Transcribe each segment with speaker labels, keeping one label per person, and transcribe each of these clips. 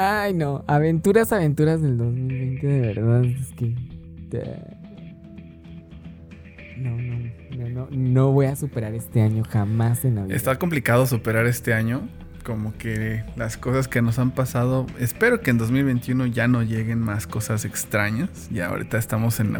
Speaker 1: Ay, no. Aventuras del 2020, de verdad. Es que... No voy a superar este año jamás en la vida.
Speaker 2: Está complicado superar este año. Como que las cosas que nos han pasado. Espero que en 2021 ya no lleguen más cosas extrañas. Ya ahorita estamos en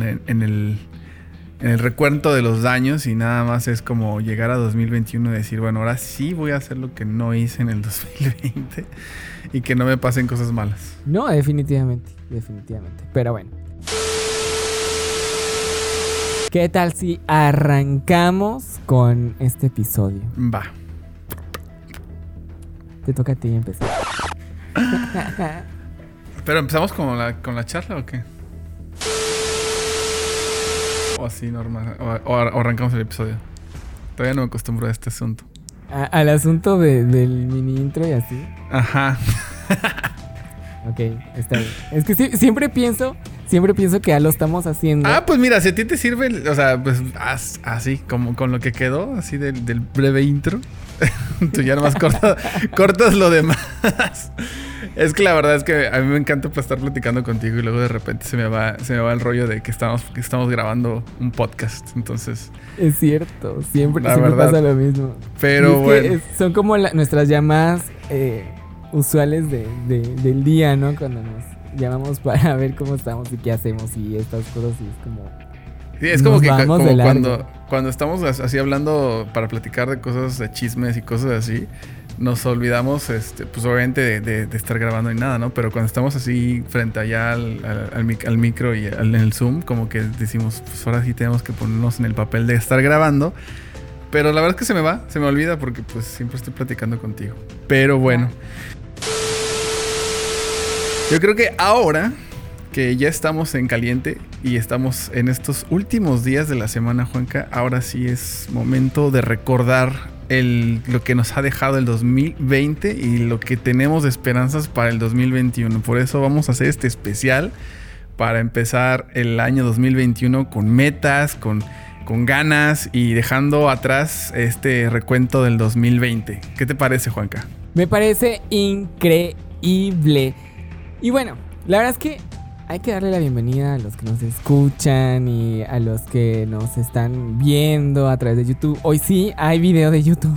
Speaker 2: el recuento de los daños. Y nada más es como llegar a 2021 y decir, bueno, ahora sí voy a hacer lo que no hice en el 2020. Y que no me pasen cosas malas.
Speaker 1: No, definitivamente. Pero bueno. ¿Qué tal si arrancamos con este episodio?
Speaker 2: Va.
Speaker 1: Te toca a ti empezar.
Speaker 2: ¿Pero empezamos con la charla o qué? O así normal. O arrancamos el episodio. Todavía no me acostumbro a este asunto.
Speaker 1: Al asunto del mini intro y así.
Speaker 2: Ajá.
Speaker 1: Ok, está bien. Es que siempre pienso que ya lo estamos haciendo.
Speaker 2: Ah, pues mira, si a ti te sirve, o sea, pues así, como con lo que quedó, así del breve intro. Tú ya nomás cortas lo demás. Es que la verdad es que a mí me encanta estar platicando contigo y luego de repente se me va el rollo de que estamos grabando un podcast. Entonces...
Speaker 1: Es cierto, siempre pasa lo mismo.
Speaker 2: Pero bueno.
Speaker 1: Son como nuestras llamadas usuales del día, ¿no? Cuando nos llamamos para ver cómo estamos y qué hacemos y estas cosas, y es como...
Speaker 2: Sí, es como que cuando estamos así hablando para platicar de cosas, de chismes y cosas así, nos olvidamos, pues obviamente de estar grabando y nada, ¿no? Pero cuando estamos así frente allá al micro y en el Zoom, como que decimos, pues ahora sí tenemos que ponernos en el papel de estar grabando. Pero la verdad es que se me olvida porque pues siempre estoy platicando contigo. Pero bueno. Yo creo que ahora que ya estamos en caliente y estamos en estos últimos días de la semana, Juanca, ahora sí es momento de recordar lo que nos ha dejado el 2020 y lo que tenemos de esperanzas para el 2021. Por eso vamos a hacer este especial para empezar el año 2021 con metas, con ganas y dejando atrás este recuento del 2020. ¿Qué te parece, Juanca?
Speaker 1: Me parece increíble. Y bueno, la verdad es que hay que darle la bienvenida a los que nos escuchan y a los que nos están viendo a través de YouTube. Hoy sí hay video de YouTube.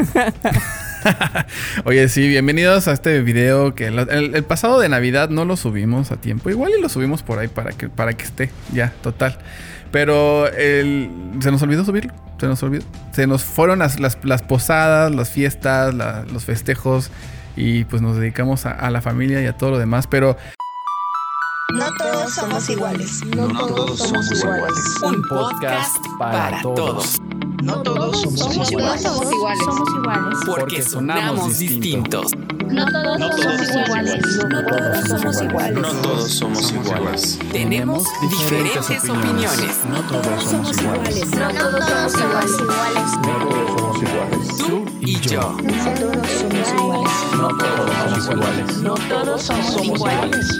Speaker 2: Oye, sí, bienvenidos a este video que el pasado de Navidad no lo subimos a tiempo. Igual y lo subimos por ahí para que esté ya, total. Pero se nos olvidó subirlo. Se nos fueron las posadas, las fiestas, los festejos. Y pues nos dedicamos a la familia y a todo lo demás. Pero...
Speaker 3: No todos somos iguales. No todos somos iguales.
Speaker 1: Un podcast para todos.
Speaker 3: No todos somos iguales.
Speaker 4: Somos iguales.
Speaker 1: Porque sonamos distintos.
Speaker 4: No todos somos iguales.
Speaker 3: No todos somos iguales.
Speaker 5: No todos somos iguales.
Speaker 1: Tenemos diferentes opiniones.
Speaker 3: No todos somos iguales.
Speaker 4: No todos somos iguales.
Speaker 5: No todos somos iguales.
Speaker 1: Tú y yo.
Speaker 3: No todos somos iguales.
Speaker 5: No todos somos iguales.
Speaker 3: No todos somos iguales.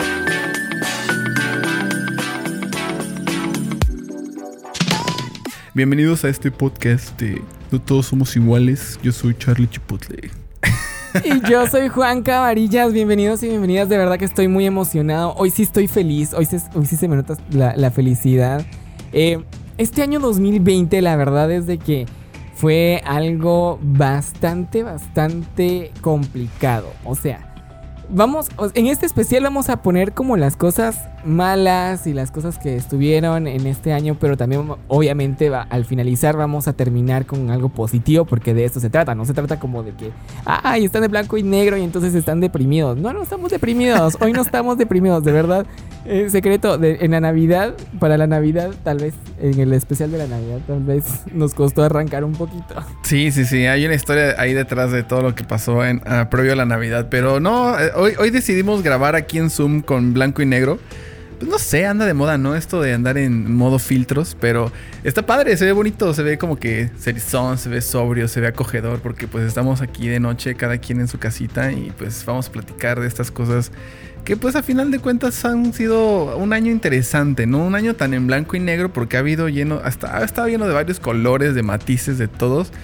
Speaker 2: Bienvenidos a este podcast de No todos somos iguales. Yo soy Charlie Chipotle.
Speaker 1: Y yo soy Juan Cabarillas. Bienvenidos y bienvenidas. De verdad que estoy muy emocionado. Hoy sí estoy feliz. Hoy sí se me nota la felicidad. Este año 2020, la verdad es de que fue algo bastante complicado. O sea, en este especial vamos a poner como las cosas malas y las cosas que estuvieron en este año, pero también obviamente al finalizar vamos a terminar con algo positivo, porque de esto se trata. No se trata como de que están de blanco y negro y entonces están deprimidos. No estamos deprimidos. Hoy no estamos deprimidos, de verdad. Secreto, en la Navidad, para la Navidad, tal vez, en el especial de la Navidad, tal vez nos costó arrancar un poquito.
Speaker 2: Sí, hay una historia ahí detrás de todo lo que pasó previo a la Navidad, pero no, hoy decidimos grabar aquí en Zoom con blanco y negro. Pues no sé, anda de moda, ¿no? Esto de andar en modo filtros, pero está padre, se ve bonito, se ve como que serizón, se ve sobrio, se ve acogedor, porque pues estamos aquí de noche, cada quien en su casita, y pues vamos a platicar de estas cosas que pues a final de cuentas han sido un año interesante, ¿no? Un año tan en blanco y negro, porque ha estado lleno de varios colores, de matices, de todos.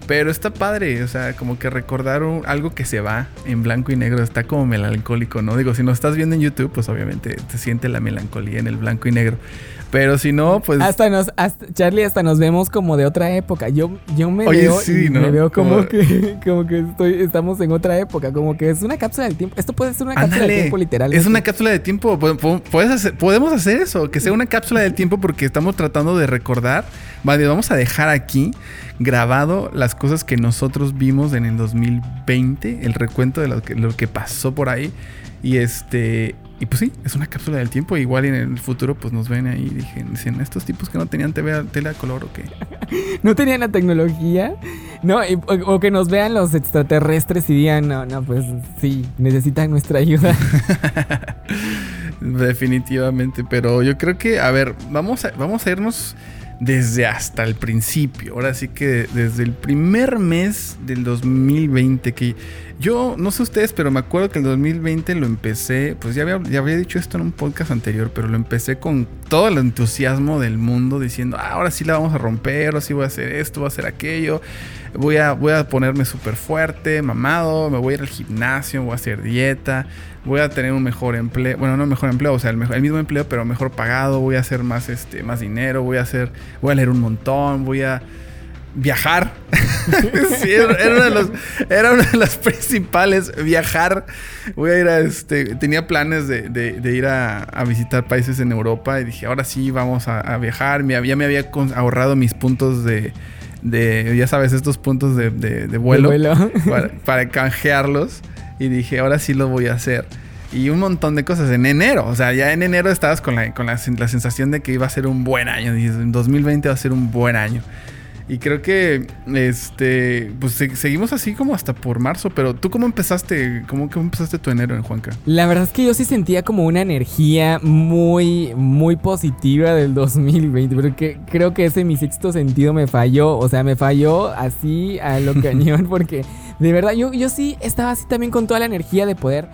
Speaker 2: Pero está padre, o sea, como que recordar algo que se va en blanco y negro está como melancólico, ¿no? Digo, si nos estás viendo en YouTube, pues obviamente te siente la melancolía en el blanco y negro. Pero si no, pues...
Speaker 1: Charlie, hasta nos vemos como de otra época. Yo me
Speaker 2: Oye,
Speaker 1: veo
Speaker 2: sí,
Speaker 1: y
Speaker 2: ¿no?
Speaker 1: me veo como que estamos en otra época. Como que es una cápsula del tiempo. Esto puede ser una cápsula del tiempo literal.
Speaker 2: Es una cápsula de tiempo. Podemos hacer eso, que sea una cápsula del tiempo porque estamos tratando de recordar. Vale, vamos a dejar aquí grabado las cosas que nosotros vimos en el 2020, el recuento de lo que pasó por ahí. Y pues sí, es una cápsula del tiempo. Igual en el futuro pues nos ven ahí y dicen, estos tipos que no tenían tele a color o qué.
Speaker 1: No tenían la tecnología. No, o que nos vean los extraterrestres y digan, no, pues sí, necesitan nuestra ayuda.
Speaker 2: Definitivamente, pero yo creo que, a ver, vamos a irnos desde hasta el principio. Ahora sí que desde el primer mes del 2020, que yo, no sé ustedes, pero me acuerdo que el 2020 lo empecé, pues ya había dicho esto en un podcast anterior, pero lo empecé con todo el entusiasmo del mundo diciendo, ahora sí la vamos a romper, ahora sí voy a hacer esto, voy a hacer aquello, voy a ponerme súper fuerte, mamado, me voy a ir al gimnasio, voy a hacer dieta, voy a tener un mejor empleo, bueno, no mejor empleo, o sea, el mismo empleo, pero mejor pagado, voy a hacer más dinero, voy a leer un montón, voy a viajar. Sí, era uno de los principales, viajar. Voy a ir tenía planes de ir a visitar países en Europa y dije, ahora sí vamos a viajar. Ya me había ahorrado mis puntos de ya sabes, estos puntos de vuelo, para canjearlos. Y dije, ahora sí lo voy a hacer. Y un montón de cosas en enero. O sea, ya en enero estabas con la sensación de que iba a ser un buen año. Dices, en 2020 va a ser un buen año. Y creo que pues seguimos así como hasta por marzo. Pero ¿tú cómo empezaste? ¿Cómo empezaste tu enero en Juanca?
Speaker 1: La verdad es que yo sí sentía como una energía muy, muy positiva del 2020. Porque creo que ese mi sexto sentido me falló. O sea, me falló así a lo cañón. Porque de verdad yo sí estaba así también con toda la energía de poder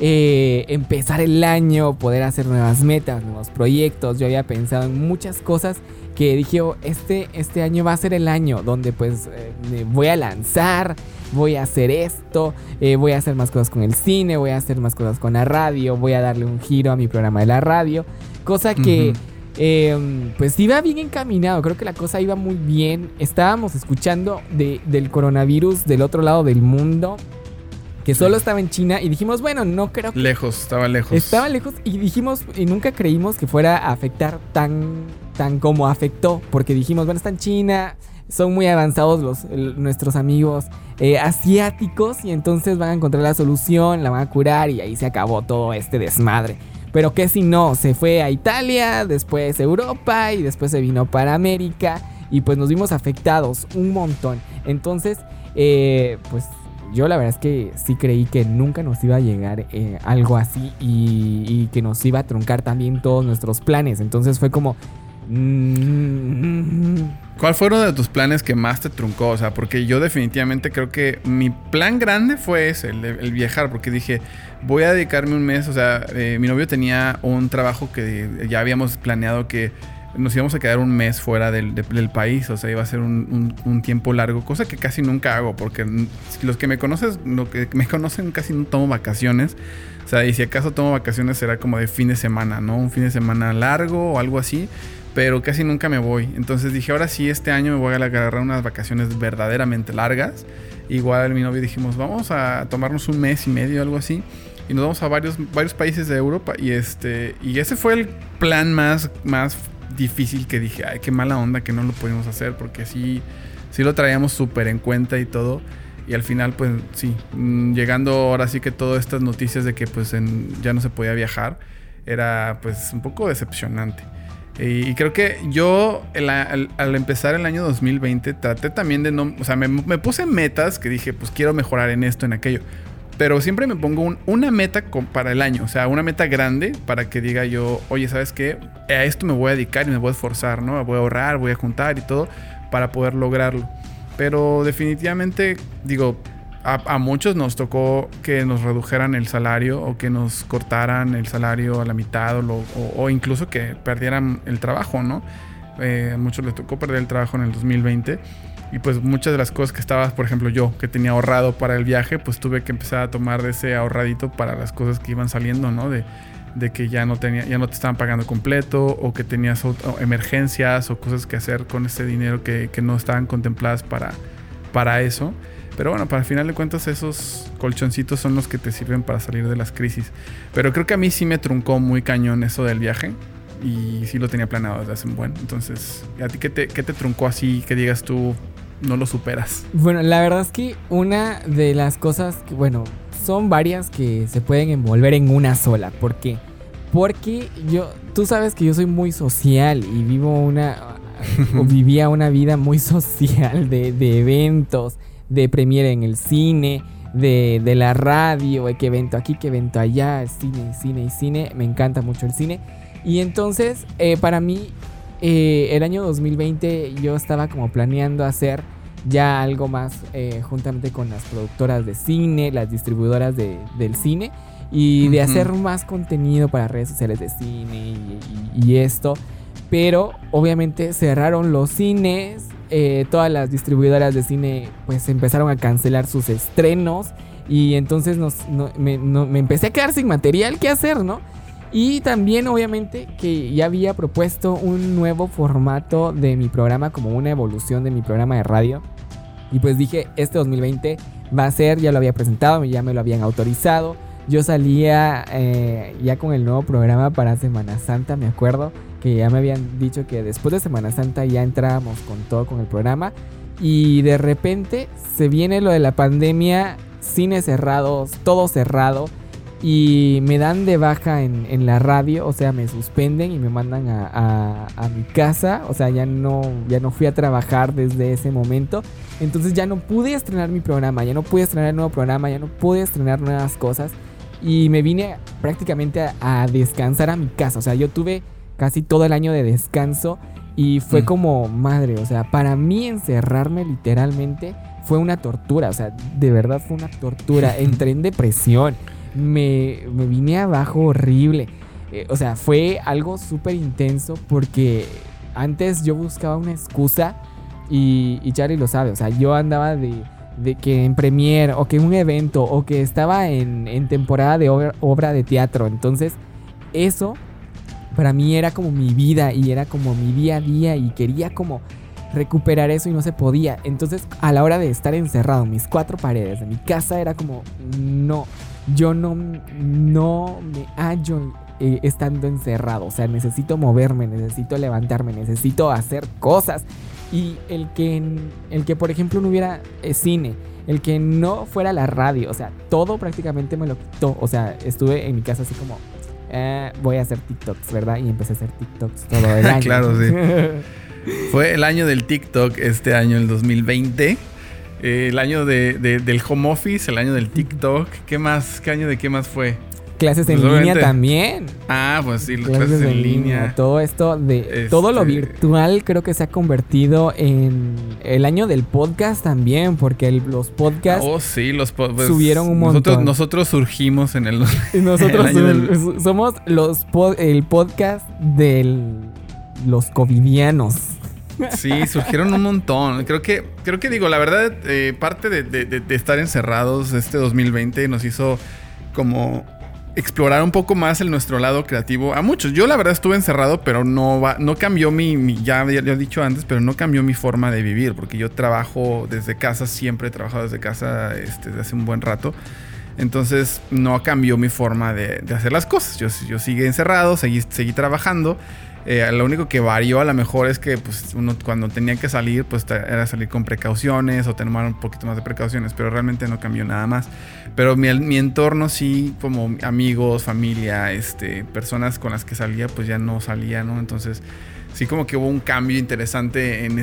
Speaker 1: empezar el año, poder hacer nuevas metas, nuevos proyectos. Yo había pensado en muchas cosas que dije, este año va a ser el año donde pues voy a lanzar, voy a hacer esto, voy a hacer más cosas con el cine, voy a hacer más cosas con la radio, voy a darle un giro a mi programa de la radio, cosa que pues iba bien encaminado. Creo que la cosa iba muy bien. Estábamos escuchando del coronavirus del otro lado del mundo, que solo estaba en China, y dijimos, bueno, no creo que...
Speaker 2: Estaba lejos.
Speaker 1: Estaba lejos y dijimos, y nunca creímos que fuera a afectar tan como afectó, porque dijimos, bueno, está en China, son muy avanzados nuestros amigos asiáticos, y entonces van a encontrar la solución, la van a curar, y ahí se acabó todo este desmadre. Pero que si no, se fue a Italia, después a Europa, y después se vino para América, y pues nos vimos afectados un montón. Entonces, pues... yo la verdad es que sí creí que nunca nos iba a llegar algo así y que nos iba a truncar también todos nuestros planes. Entonces fue como...
Speaker 2: ¿Cuál fue uno de tus planes que más te truncó? O sea, porque yo definitivamente creo que mi plan grande fue ese, el viajar. Porque dije, voy a dedicarme un mes. O sea, mi novio tenía un trabajo que ya habíamos planeado que nos íbamos a quedar un mes fuera del país. O sea, iba a ser un tiempo largo, cosa que casi nunca hago, porque los que me conocen casi no tomo vacaciones. O sea, y si acaso tomo vacaciones será como de fin de semana, ¿no? Un fin de semana largo o algo así, pero casi nunca me voy. Entonces dije, ahora sí, este año me voy a agarrar unas vacaciones verdaderamente largas. Igual mi novio dijimos, vamos a tomarnos un mes y medio, algo así, y nos vamos a varios países de Europa. Y ese fue el plan más difícil, que dije, ay, qué mala onda que no lo pudimos hacer, porque sí lo traíamos súper en cuenta y todo. Y al final, pues sí, llegando ahora sí que todas estas noticias de que pues ya no se podía viajar, era pues un poco decepcionante. Y creo que yo al empezar el año 2020 traté también de no... O sea, me puse metas que dije, pues quiero mejorar en esto, en aquello. Pero siempre me pongo una meta para el año. O sea, una meta grande para que diga yo, oye, ¿sabes qué? A esto me voy a dedicar y me voy a esforzar, ¿no? Voy a ahorrar, voy a juntar y todo para poder lograrlo. Pero definitivamente, digo, a muchos nos tocó que nos redujeran el salario o que nos cortaran el salario a la mitad o incluso que perdieran el trabajo, ¿no? A muchos les tocó perder el trabajo en el 2020. Y pues muchas de las cosas que estaba, por ejemplo, yo que tenía ahorrado para el viaje, pues tuve que empezar a tomar de ese ahorradito para las cosas que iban saliendo, ¿no? De que ya no te estaban pagando completo, o que tenías emergencias o cosas que hacer con ese dinero que no estaban contempladas para eso. Pero bueno, para el final de cuentas esos colchoncitos son los que te sirven para salir de las crisis. Pero creo que a mí sí me truncó muy cañón eso del viaje. Y sí lo tenía planeado desde hace un buen. Entonces, ¿a ti qué te truncó así que digas tú no lo superas?
Speaker 1: Bueno, la verdad es que una de las cosas que, bueno, son varias que se pueden envolver en una sola. ¿Por qué? Porque tú sabes que yo soy muy social y vivía una vida muy social de eventos, de premiere en el cine, de la radio, de que evento aquí, que evento allá, cine. Me encanta mucho el cine. Y entonces, para mí, el año 2020 yo estaba como planeando hacer ya algo más juntamente con las productoras de cine, las distribuidoras del cine, y de hacer más contenido para redes sociales de cine y esto. Pero obviamente cerraron los cines, todas las distribuidoras de cine pues empezaron a cancelar sus estrenos, y entonces me empecé a quedar sin material que hacer, ¿no? Y también obviamente que ya había propuesto un nuevo formato de mi programa, como una evolución de mi programa de radio. Y pues dije, este 2020 va a ser, ya lo había presentado, ya me lo habían autorizado. Yo salía ya con el nuevo programa para Semana Santa, me acuerdo que ya me habían dicho que después de Semana Santa ya entrábamos con todo con el programa. Y de repente se viene lo de la pandemia, cines cerrados, todo cerrado. Y me dan de baja en la radio, o sea, me suspenden y me mandan a mi casa. O sea, ya no fui a trabajar desde ese momento. Entonces ya no pude estrenar mi programa, ya no pude estrenar el nuevo programa, ya no pude estrenar nuevas cosas. Y me vine prácticamente a descansar a mi casa. O sea, yo tuve casi todo el año de descanso y fue como madre. O sea, para mí encerrarme literalmente fue una tortura. O sea, de verdad fue una tortura. Entré en depresión. Me vine abajo horrible. O sea, fue algo súper intenso porque antes yo buscaba una excusa y Charlie lo sabe. O sea, yo andaba de que en premiere o que un evento o que estaba en temporada de obra de teatro. Entonces eso para mí era como mi vida y era como mi día a día y quería como recuperar eso y no se podía. Entonces a la hora de estar encerrado en mis cuatro paredes de mi casa era como no, yo no me hallo estando encerrado. O sea, necesito moverme, necesito levantarme, necesito hacer cosas. Y el que por ejemplo no hubiera cine, el que no fuera la radio, o sea, todo prácticamente me lo quitó. O sea, estuve en mi casa así como voy a hacer TikToks, ¿verdad? Y empecé a hacer TikToks todo el año.
Speaker 2: Claro, sí. Fue el año del TikTok este año, el 2020. El año del home office, el año del TikTok. ¿Qué más? ¿Qué año de qué más fue?
Speaker 1: Clases
Speaker 2: Pues
Speaker 1: en línea
Speaker 2: obviamente.
Speaker 1: también.
Speaker 2: Ah, pues sí, las clases en línea.
Speaker 1: Todo esto todo lo virtual creo que se ha convertido en el año del podcast también, porque los podcasts
Speaker 2: Sí, pues,
Speaker 1: subieron un montón.
Speaker 2: Nosotros surgimos en el
Speaker 1: Nosotros
Speaker 2: el año
Speaker 1: somos el podcast de los covidianos.
Speaker 2: Sí, surgieron un montón. Creo que digo, la verdad, parte de estar encerrados este 2020 nos hizo como explorar un poco más nuestro lado creativo. A muchos. Yo la verdad estuve encerrado, pero no cambió ya he dicho antes, pero no cambió mi forma de vivir, porque yo trabajo desde casa, siempre he trabajado desde casa desde hace un buen rato. Entonces no cambió mi forma de hacer las cosas. Yo seguí encerrado, seguí trabajando. Lo único que varió a lo mejor es que pues, uno cuando tenía que salir, pues era salir con precauciones o tomar un poquito más de precauciones, pero realmente no cambió nada más. Pero mi entorno sí, como amigos, familia, personas con las que salía, pues ya no salía, ¿no? Entonces sí como que hubo un cambio interesante en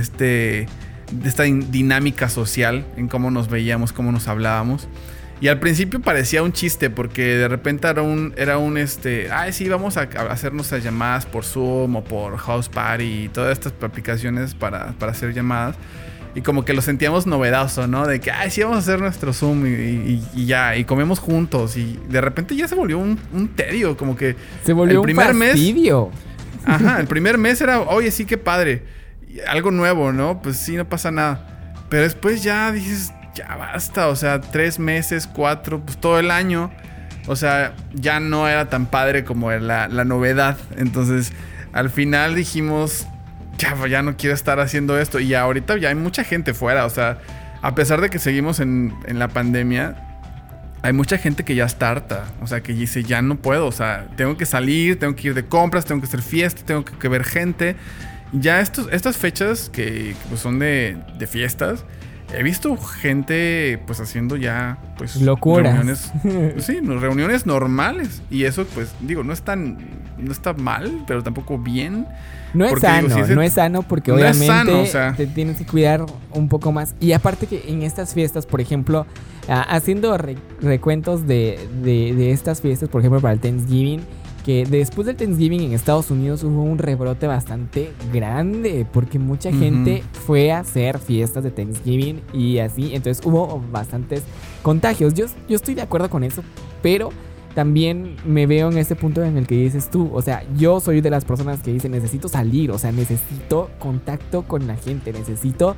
Speaker 2: esta dinámica social, en cómo nos veíamos, cómo nos hablábamos. Y al principio parecía un chiste porque de repente era un sí, vamos a hacer nuestras llamadas por Zoom o por House Party y todas estas aplicaciones para hacer llamadas. Y como que lo sentíamos novedoso, ¿no? De que, sí, vamos a hacer nuestro Zoom y ya, y comemos juntos. Y de repente ya se volvió un tedio, como que
Speaker 1: se volvió un fastidio.
Speaker 2: Ajá, el primer mes era, oye, sí, qué padre. Algo nuevo, ¿no? Pues sí, no pasa nada. Pero después ya dices, ya basta, o sea, 3 meses, 4, pues todo el año. O sea, ya no era tan padre como la novedad. Entonces, al final dijimos, ya no quiero estar haciendo esto. Y ahorita ya hay mucha gente fuera, o sea, a pesar de que seguimos en la pandemia, hay mucha gente que ya está harta. O sea, que dice, ya no puedo, o sea, tengo que salir, tengo que ir de compras, tengo que hacer fiesta, tengo que ver gente. Ya estas fechas que pues son de fiestas, he visto gente pues haciendo ya pues
Speaker 1: locuras.
Speaker 2: Reuniones, sí, reuniones normales. Y eso pues digo, no está mal, pero tampoco bien.
Speaker 1: No es
Speaker 2: porque,
Speaker 1: sano,
Speaker 2: digo, si
Speaker 1: no es sano porque
Speaker 2: no
Speaker 1: obviamente
Speaker 2: es sano, o sea,
Speaker 1: te tienes que cuidar un poco más. Y aparte que en estas fiestas, por ejemplo, haciendo recuentos de estas fiestas, por ejemplo, para el Thanksgiving, que después del Thanksgiving en Estados Unidos hubo un rebrote bastante grande porque mucha gente fue a hacer fiestas de Thanksgiving y así, entonces hubo bastantes contagios. Yo estoy de acuerdo con eso, pero también me veo en ese punto en el que dices tú, o sea, yo soy de las personas que dicen necesito salir, o sea, necesito contacto con la gente, necesito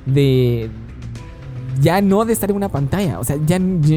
Speaker 1: ya no de estar en una pantalla, o sea, ya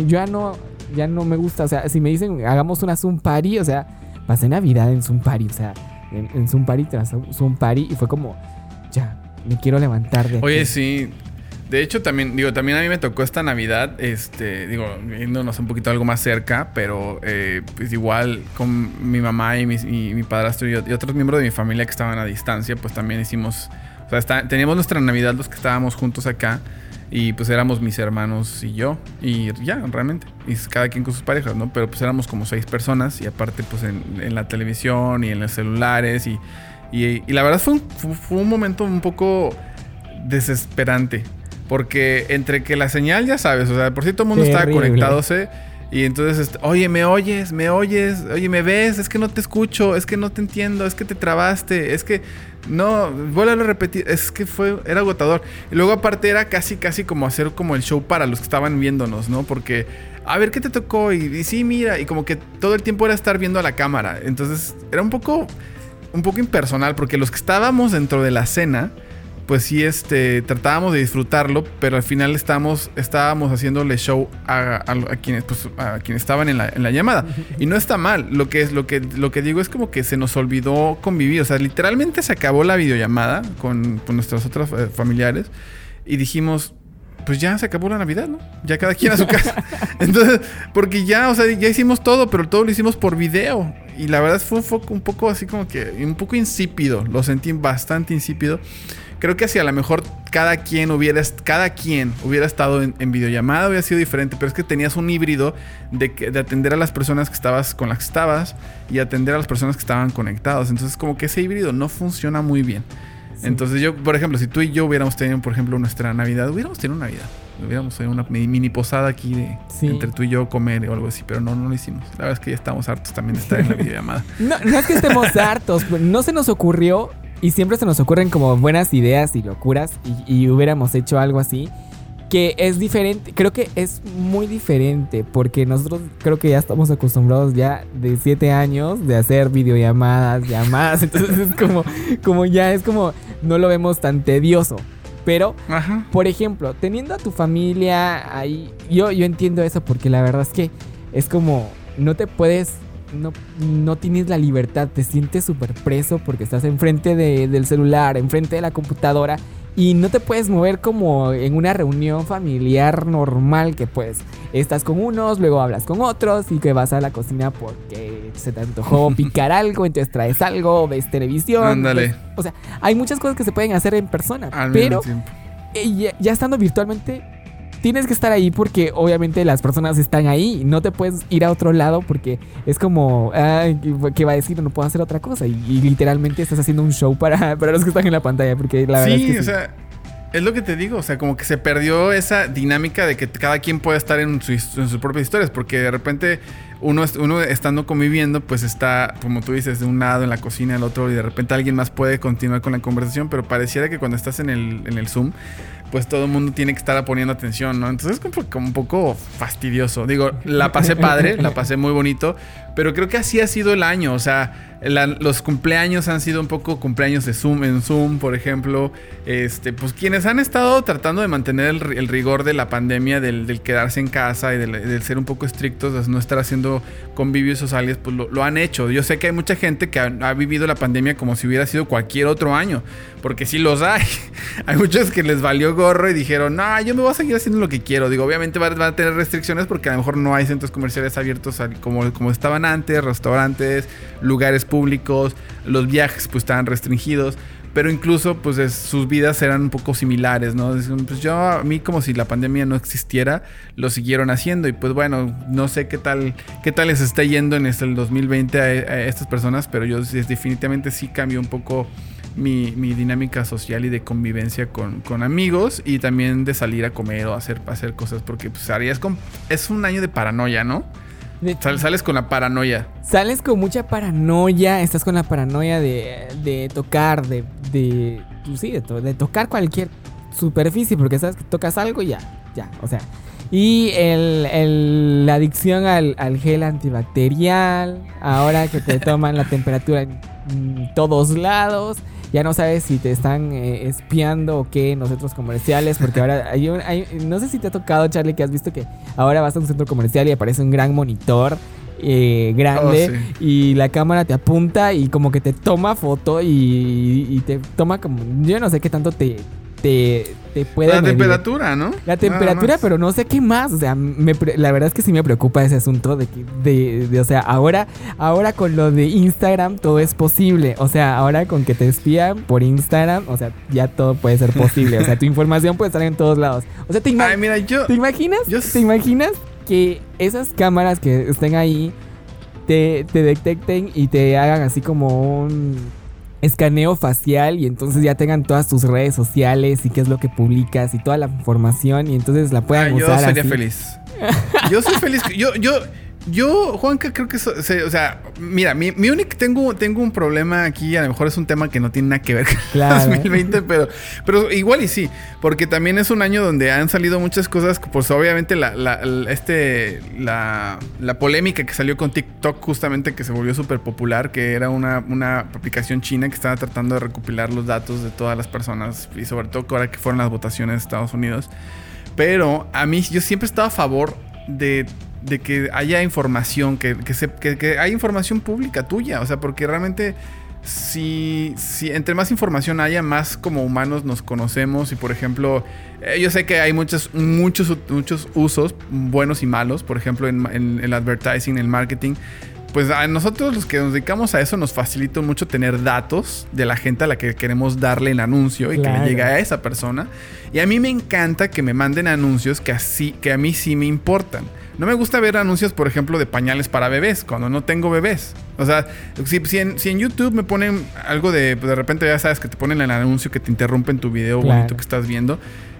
Speaker 1: no me gusta, o sea, si me dicen hagamos una Zoom party, o sea, pasé Navidad en Zoom party, o sea, en Zoom party tras Zoom party y fue como, ya, me quiero levantar de aquí.
Speaker 2: Oye, sí. De hecho, también a mí me tocó esta Navidad, yéndonos un poquito algo más cerca, pero pues igual con mi mamá y mi padrastro y otros miembros de mi familia que estaban a distancia, pues también hicimos, o sea, teníamos nuestra Navidad los que estábamos juntos acá y pues éramos mis hermanos y yo y ya, realmente, y cada quien con sus parejas, ¿no? Pero pues éramos como 6 personas y aparte pues en la televisión y en los celulares y la verdad fue un momento un poco desesperante. Porque entre que la señal, ya sabes, o sea, por si todo el mundo estaba conectándose. Y entonces, oye, ¿me oyes? Oye, ¿me ves? Es que no te escucho, es que no te entiendo, es que te trabaste, es que no, vuélvelo a repetir. Es que era agotador. Y luego aparte era casi como hacer como el show para los que estaban viéndonos, ¿no? Porque, a ver, ¿qué te tocó? Y sí, mira, y como que todo el tiempo era estar viendo a la cámara. Entonces era un poco impersonal, porque los que estábamos dentro de la cena, pues sí, tratábamos de disfrutarlo, pero al final estábamos haciéndole show a quienes estaban en la llamada. Y no está mal. Lo que digo es como que se nos olvidó convivir. O sea, literalmente se acabó la videollamada con nuestros otros familiares y dijimos, pues ya se acabó la Navidad, ¿no? Ya cada quien a su casa. Entonces, porque ya, o sea, ya hicimos todo, pero todo lo hicimos por video. Y la verdad fue un poco así como que un poco insípido. Lo sentí bastante insípido. Creo que si a lo mejor cada quien hubiera estado en videollamada hubiera sido diferente, pero es que tenías un híbrido de atender a las personas con las que estabas y atender a las personas que estaban conectados. Entonces como que ese híbrido no funciona muy bien. Sí. Entonces yo, por ejemplo, si tú y yo hubiéramos tenido, por ejemplo, nuestra Navidad, hubiéramos tenido una mini posada aquí entre tú y yo comer o algo así, pero no lo hicimos. La verdad es que ya estamos hartos también de estar en la videollamada.
Speaker 1: No es que estemos hartos, no se nos ocurrió. Y siempre se nos ocurren como buenas ideas y locuras y hubiéramos hecho algo así que es diferente. Creo que es muy diferente porque nosotros creo que ya estamos acostumbrados ya de 7 años de hacer videollamadas, llamadas. Entonces es como no lo vemos tan tedioso. Pero, por ejemplo, teniendo a tu familia ahí, yo entiendo eso porque la verdad es que es como no te puedes... No tienes la libertad, te sientes súper preso porque estás enfrente del celular, enfrente de la computadora y no te puedes mover como en una reunión familiar normal que pues estás con unos, luego hablas con otros y que vas a la cocina porque se te antojó picar algo, entonces traes algo, ves televisión.
Speaker 2: Ándale.
Speaker 1: O sea, hay muchas cosas que se pueden hacer en persona, pero ya estando virtualmente tienes que estar ahí porque obviamente las personas están ahí. No te puedes ir a otro lado porque es como, ¿qué va a decir? No puedo hacer otra cosa. Y literalmente estás haciendo un show para los que están en la pantalla. Porque la verdad es que sí.
Speaker 2: O sea, es lo que te digo. O sea, como que se perdió esa dinámica de que cada quien pueda estar en sus propias historias. Porque de repente uno estando conviviendo, pues está, como tú dices, de un lado en la cocina, el otro, y de repente alguien más puede continuar con la conversación. Pero pareciera que cuando estás en el Zoom, pues todo el mundo tiene que estar poniendo atención, ¿no? Entonces es como un poco fastidioso. Digo, la pasé padre, la pasé muy bonito, pero creo que así ha sido el año. O sea, los cumpleaños han sido un poco cumpleaños de Zoom, en Zoom, por ejemplo. Pues quienes han estado tratando de mantener el rigor de la pandemia, del quedarse en casa y del ser un poco estrictos, de no estar haciendo convivios sociales, pues lo han hecho. Yo sé que hay mucha gente que ha vivido la pandemia como si hubiera sido cualquier otro año, porque sí los hay. Hay muchos que les valió gorro y dijeron, no, yo me voy a seguir haciendo lo que quiero. Digo, obviamente van a tener restricciones porque a lo mejor no hay centros comerciales abiertos como estaban antes, restaurantes, lugares públicos, los viajes pues estaban restringidos, pero incluso pues sus vidas eran un poco similares, ¿no? Pues a mí como si la pandemia no existiera, lo siguieron haciendo y pues bueno, no sé qué tal les está yendo en el 2020 a estas personas, pero yo definitivamente sí cambió un poco mi dinámica social y de convivencia con amigos y también de salir a comer o hacer cosas, porque pues es un año de paranoia, ¿no? Sales con la paranoia.
Speaker 1: Sales con mucha paranoia. Estás con la paranoia de tocar, de tocar cualquier superficie, porque sabes que tocas algo y ya, o sea. Y la adicción al gel antibacterial. Ahora que te toman la temperatura en todos lados. Ya no sabes si te están espiando o qué en los centros comerciales. Porque ahora no sé si te ha tocado, Charlie, que has visto que ahora vas a un centro comercial y aparece un gran monitor grande. Oh, sí. Y la cámara te apunta y como que te toma foto y te toma como... Yo no sé qué tanto te puede
Speaker 2: la
Speaker 1: medir.
Speaker 2: Temperatura, ¿no?
Speaker 1: La temperatura, pero no sé qué más. O sea, la verdad es que sí me preocupa ese asunto o sea, ahora con lo de Instagram todo es posible. O sea, ahora con que te espían por Instagram, o sea, ya todo puede ser posible. O sea, tu información puede estar en todos lados. O sea, ¿te imaginas que esas cámaras que estén ahí te detecten y te hagan así como un escaneo facial y entonces ya tengan todas tus redes sociales y qué es lo que publicas y toda la información y entonces la puedan usar?
Speaker 2: Yo sería
Speaker 1: así
Speaker 2: feliz. Yo soy feliz. Yo, Juanca, creo que o sea, mira, mi único tengo un problema aquí, a lo mejor es un tema que no tiene nada que ver con
Speaker 1: claro.
Speaker 2: 2020, pero igual y sí, porque también es un año donde han salido muchas cosas, pues obviamente la polémica que salió con TikTok justamente, que se volvió súper popular, que era una aplicación china que estaba tratando de recopilar los datos de todas las personas y sobre todo ahora que fueron las votaciones de Estados Unidos. Pero a mí, yo siempre he estado a favor de que haya información, que haya información pública tuya. O sea, porque realmente si entre más información haya, más como humanos nos conocemos. Y por ejemplo, yo sé que hay muchos usos buenos y malos. Por ejemplo, en el advertising, en el marketing. Pues a nosotros los que nos dedicamos a eso nos facilita mucho tener datos de la gente a la que queremos darle el anuncio y claro, que le llegue a esa persona. Y a mí me encanta que me manden anuncios que a mí sí me importan. No me gusta ver anuncios, por ejemplo, de pañales para bebés cuando no tengo bebés. O sea, si en YouTube me ponen algo de repente ya sabes que te ponen el anuncio que te interrumpen tu video claro, bonito que estás viendo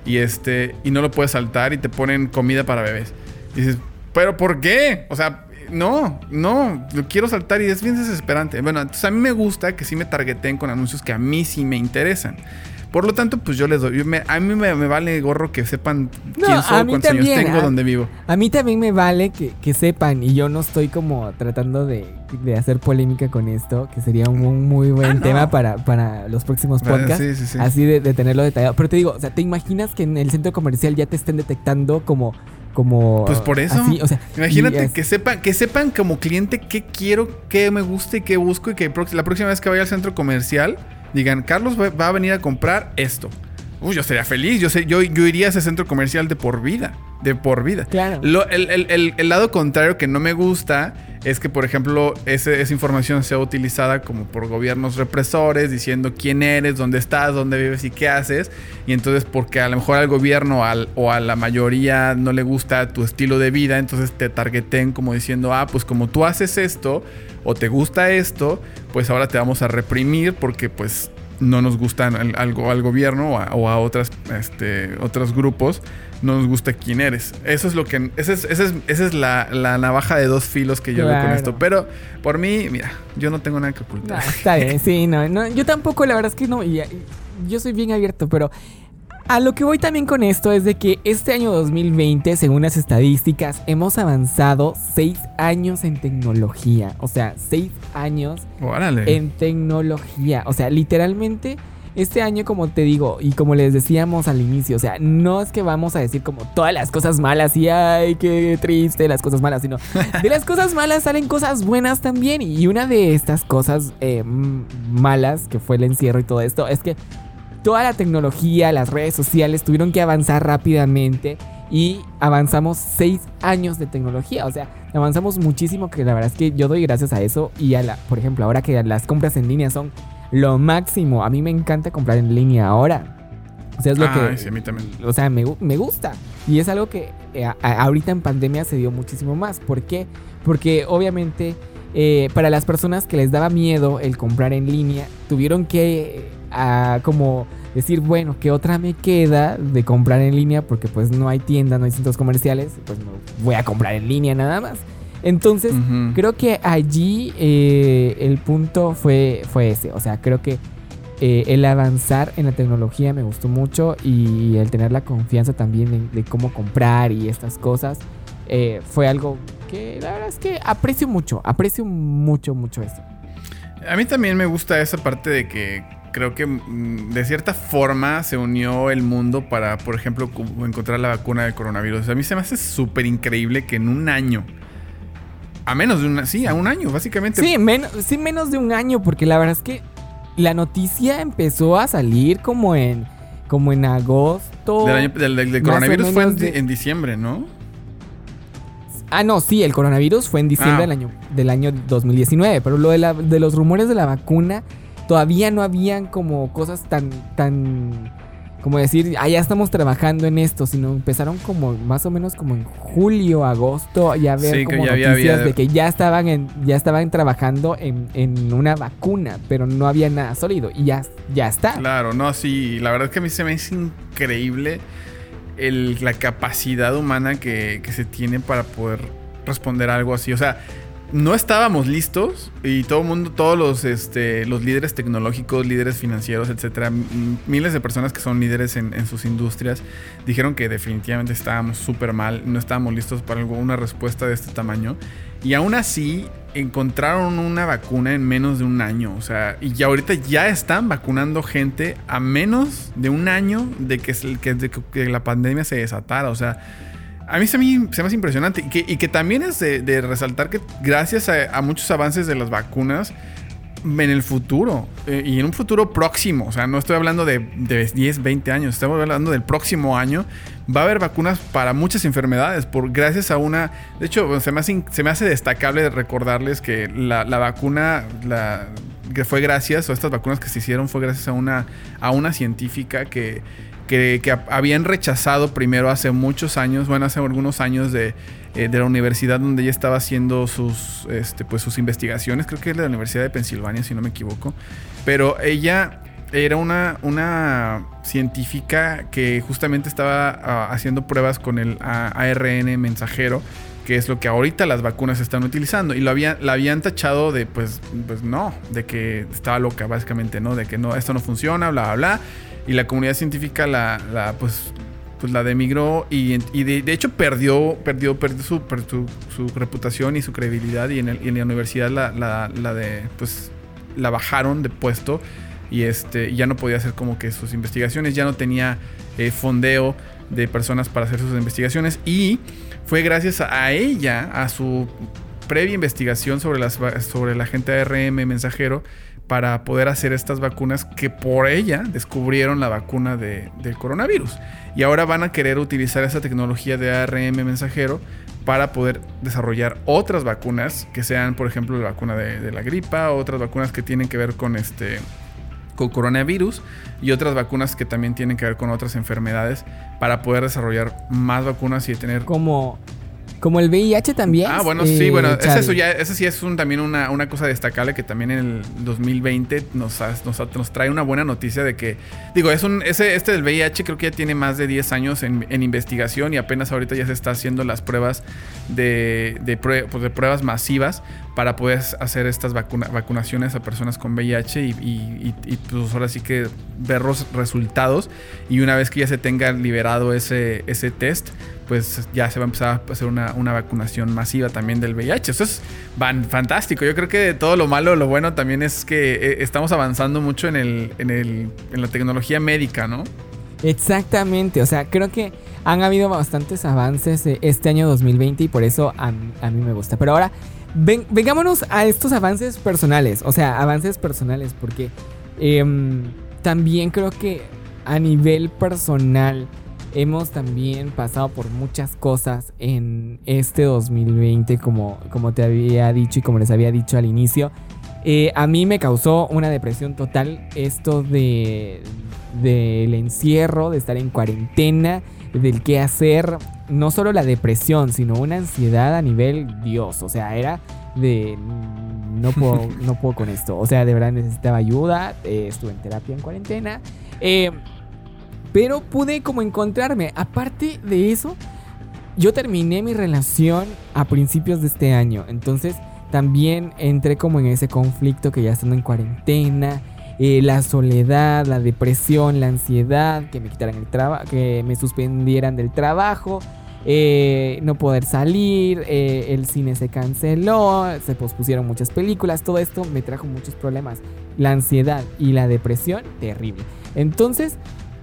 Speaker 2: y no lo puedes saltar y te ponen comida para bebés. Y dices, ¿pero por qué? O sea, no, lo quiero saltar y es bien desesperante. Bueno, entonces a mí me gusta que sí me targeten con anuncios que a mí sí me interesan. Por lo tanto, pues yo les doy. A mí me vale gorro que sepan quién soy, cuántos años tengo, dónde vivo.
Speaker 1: A mí también me vale que sepan. Y yo no estoy como tratando de hacer polémica con esto, que sería un muy buen tema para los próximos podcasts. Sí. Así de tenerlo detallado. Pero te digo, o sea, ¿te imaginas que en el centro comercial ya te estén detectando como
Speaker 2: pues por eso
Speaker 1: así, o sea,
Speaker 2: imagínate que sepan como cliente qué quiero, qué me gusta y qué busco, y que la próxima vez que vaya al centro comercial digan, Carlos va a venir a comprar esto. Yo sería feliz. Yo iría a ese centro comercial de por vida.
Speaker 1: Claro.
Speaker 2: El lado contrario que no me gusta es que, por ejemplo, esa información sea utilizada como por gobiernos represores, diciendo quién eres, dónde estás, dónde vives y qué haces. Y entonces, porque a lo mejor al gobierno o a la mayoría no le gusta tu estilo de vida, entonces te targeten como diciendo, pues como tú haces esto o te gusta esto, pues ahora te vamos a reprimir porque pues no nos gusta al gobierno o a otros grupos, no nos gusta quién eres. Eso es lo que esa es la navaja de dos filos que yo veo con esto. Pero por mí, mira, yo no tengo nada que ocultar.
Speaker 1: Está bien, sí, no, yo tampoco, la verdad es que no. Yo soy bien abierto, pero A lo que voy también con esto es de que este año 2020, según las estadísticas, hemos avanzado 6 años en tecnología. O sea, 6 años
Speaker 2: Órale.
Speaker 1: en tecnología. O sea, literalmente, este año, como te digo, y como les decíamos al inicio, o sea, no es que vamos a decir como todas las cosas malas y ay, qué triste las cosas malas, sino de las cosas malas salen cosas buenas también. Y una de estas cosas malas, que fue el encierro y todo esto, es que toda la tecnología, las redes sociales tuvieron que avanzar rápidamente y avanzamos 6 años de tecnología. O sea, avanzamos muchísimo, que la verdad es que yo doy gracias a eso. Y por ejemplo, ahora que las compras en línea son lo máximo. A mí me encanta comprar en línea ahora. O sea, es lo que...
Speaker 2: Sí, a mí también.
Speaker 1: O sea, me gusta. Y es algo que ahorita en pandemia se dio muchísimo más. ¿Por qué? Porque obviamente para las personas que les daba miedo el comprar en línea, tuvieron que como decir, bueno, ¿qué otra me queda de comprar en línea? Porque pues no hay tienda, no hay centros comerciales, pues no voy a comprar en línea nada más. Entonces, creo que allí el punto fue ese. O sea, creo que el avanzar en la tecnología me gustó mucho, y el tener la confianza también de cómo comprar y estas cosas fue algo que la verdad es que aprecio mucho eso.
Speaker 2: A mí también me gusta esa parte de que creo que de cierta forma se unió el mundo para, por ejemplo, encontrar la vacuna del coronavirus. A mí se me hace súper increíble que en un año, a un año, básicamente.
Speaker 1: Sí, menos de un año, porque la verdad es que la noticia empezó a salir como en agosto.
Speaker 2: Del coronavirus fue en diciembre, ¿no?
Speaker 1: No, sí, el coronavirus fue en diciembre del año 2019, pero lo de los rumores de la vacuna, todavía no habían como cosas tan como decir, ya estamos trabajando en esto, sino empezaron como más o menos como en julio, agosto, ya ver como noticias de que ya estaban trabajando en una vacuna, pero no había nada sólido y ya está.
Speaker 2: Claro, no, sí, la verdad es que a mí se me hace increíble la capacidad humana que se tiene para poder responder a algo así. O sea, no estábamos listos y todo el mundo, todos los líderes tecnológicos, líderes financieros, etcétera, miles de personas que son líderes en sus industrias, dijeron que definitivamente estábamos súper mal, no estábamos listos para una respuesta de este tamaño. Y aún así encontraron una vacuna en menos de un año. O sea, y ya ahorita ya están vacunando gente a menos de un año de que la pandemia se desatara. O sea, a mí se me hace impresionante. Y que también es de resaltar que gracias a muchos avances de las vacunas en el futuro, y en un futuro próximo, o sea, no estoy hablando de 10, 20 años, estamos hablando del próximo año, va a haber vacunas para muchas enfermedades, gracias a una... De hecho, se me hace destacable recordarles que la vacuna, que fue gracias, o estas vacunas que se hicieron fue gracias a una científica que habían rechazado primero hace muchos años, hace algunos años de la universidad donde ella estaba haciendo sus investigaciones. Creo que es de la Universidad de Pensilvania, si no me equivoco. Pero ella era una científica que justamente estaba haciendo pruebas con el ARN mensajero, que es lo que ahorita las vacunas están utilizando. Y la habían tachado de, pues no, de que estaba loca, básicamente, ¿no? De que no, esto no funciona, bla, bla, bla. Y la comunidad científica la demigró y de hecho perdió su reputación y su credibilidad. Y en la universidad la bajaron de puesto y ya no podía hacer como que sus investigaciones, ya no tenía fondeo de personas para hacer sus investigaciones. Y fue gracias a ella, a su previa investigación sobre la agente ARN mensajero, para poder hacer estas vacunas, que por ella descubrieron la vacuna del coronavirus. Y ahora van a querer utilizar esa tecnología de ARN mensajero para poder desarrollar otras vacunas, que sean, por ejemplo, la vacuna de la gripa, otras vacunas que tienen que ver con coronavirus, y otras vacunas que también tienen que ver con otras enfermedades, para poder desarrollar más vacunas y tener...
Speaker 1: Como el VIH también.
Speaker 2: Bueno, sí, bueno, eso sí es también una cosa destacable, que también en el 2020 nos trae una buena noticia de que, digo, este del VIH creo que ya tiene más de 10 años en investigación, y apenas ahorita ya se está haciendo las pruebas de pruebas masivas para poder hacer estas vacunaciones a personas con VIH y pues ahora sí que ver los resultados, y una vez que ya se tenga liberado ese test, pues ya se va a empezar a hacer una vacunación masiva también del VIH. Eso es fantástico. Yo creo que de todo lo malo, lo bueno también es que estamos avanzando mucho en la tecnología médica, ¿no?
Speaker 1: Exactamente, o sea, creo que han habido bastantes avances este año 2020 y por eso a mí me gusta. Pero ahora, vengámonos a estos avances personales, porque también creo que a nivel personal hemos también pasado por muchas cosas en este 2020, como te había dicho y como les había dicho al inicio. A mí me causó una depresión total esto del encierro, de estar en cuarentena, del qué hacer. No solo la depresión, sino una ansiedad a nivel Dios. O sea, era de no puedo con esto. O sea, de verdad necesitaba ayuda. Estuve en terapia en cuarentena. Pero pude como encontrarme. Aparte de eso, yo terminé mi relación a principios de este año. Entonces también entré como en ese conflicto que ya estando en cuarentena. La soledad, la depresión, la ansiedad, que me quitaran el trabajo, que me suspendieran del trabajo, no poder salir, el cine se canceló, se pospusieron muchas películas, todo esto me trajo muchos problemas. La ansiedad y la depresión, terrible. Entonces,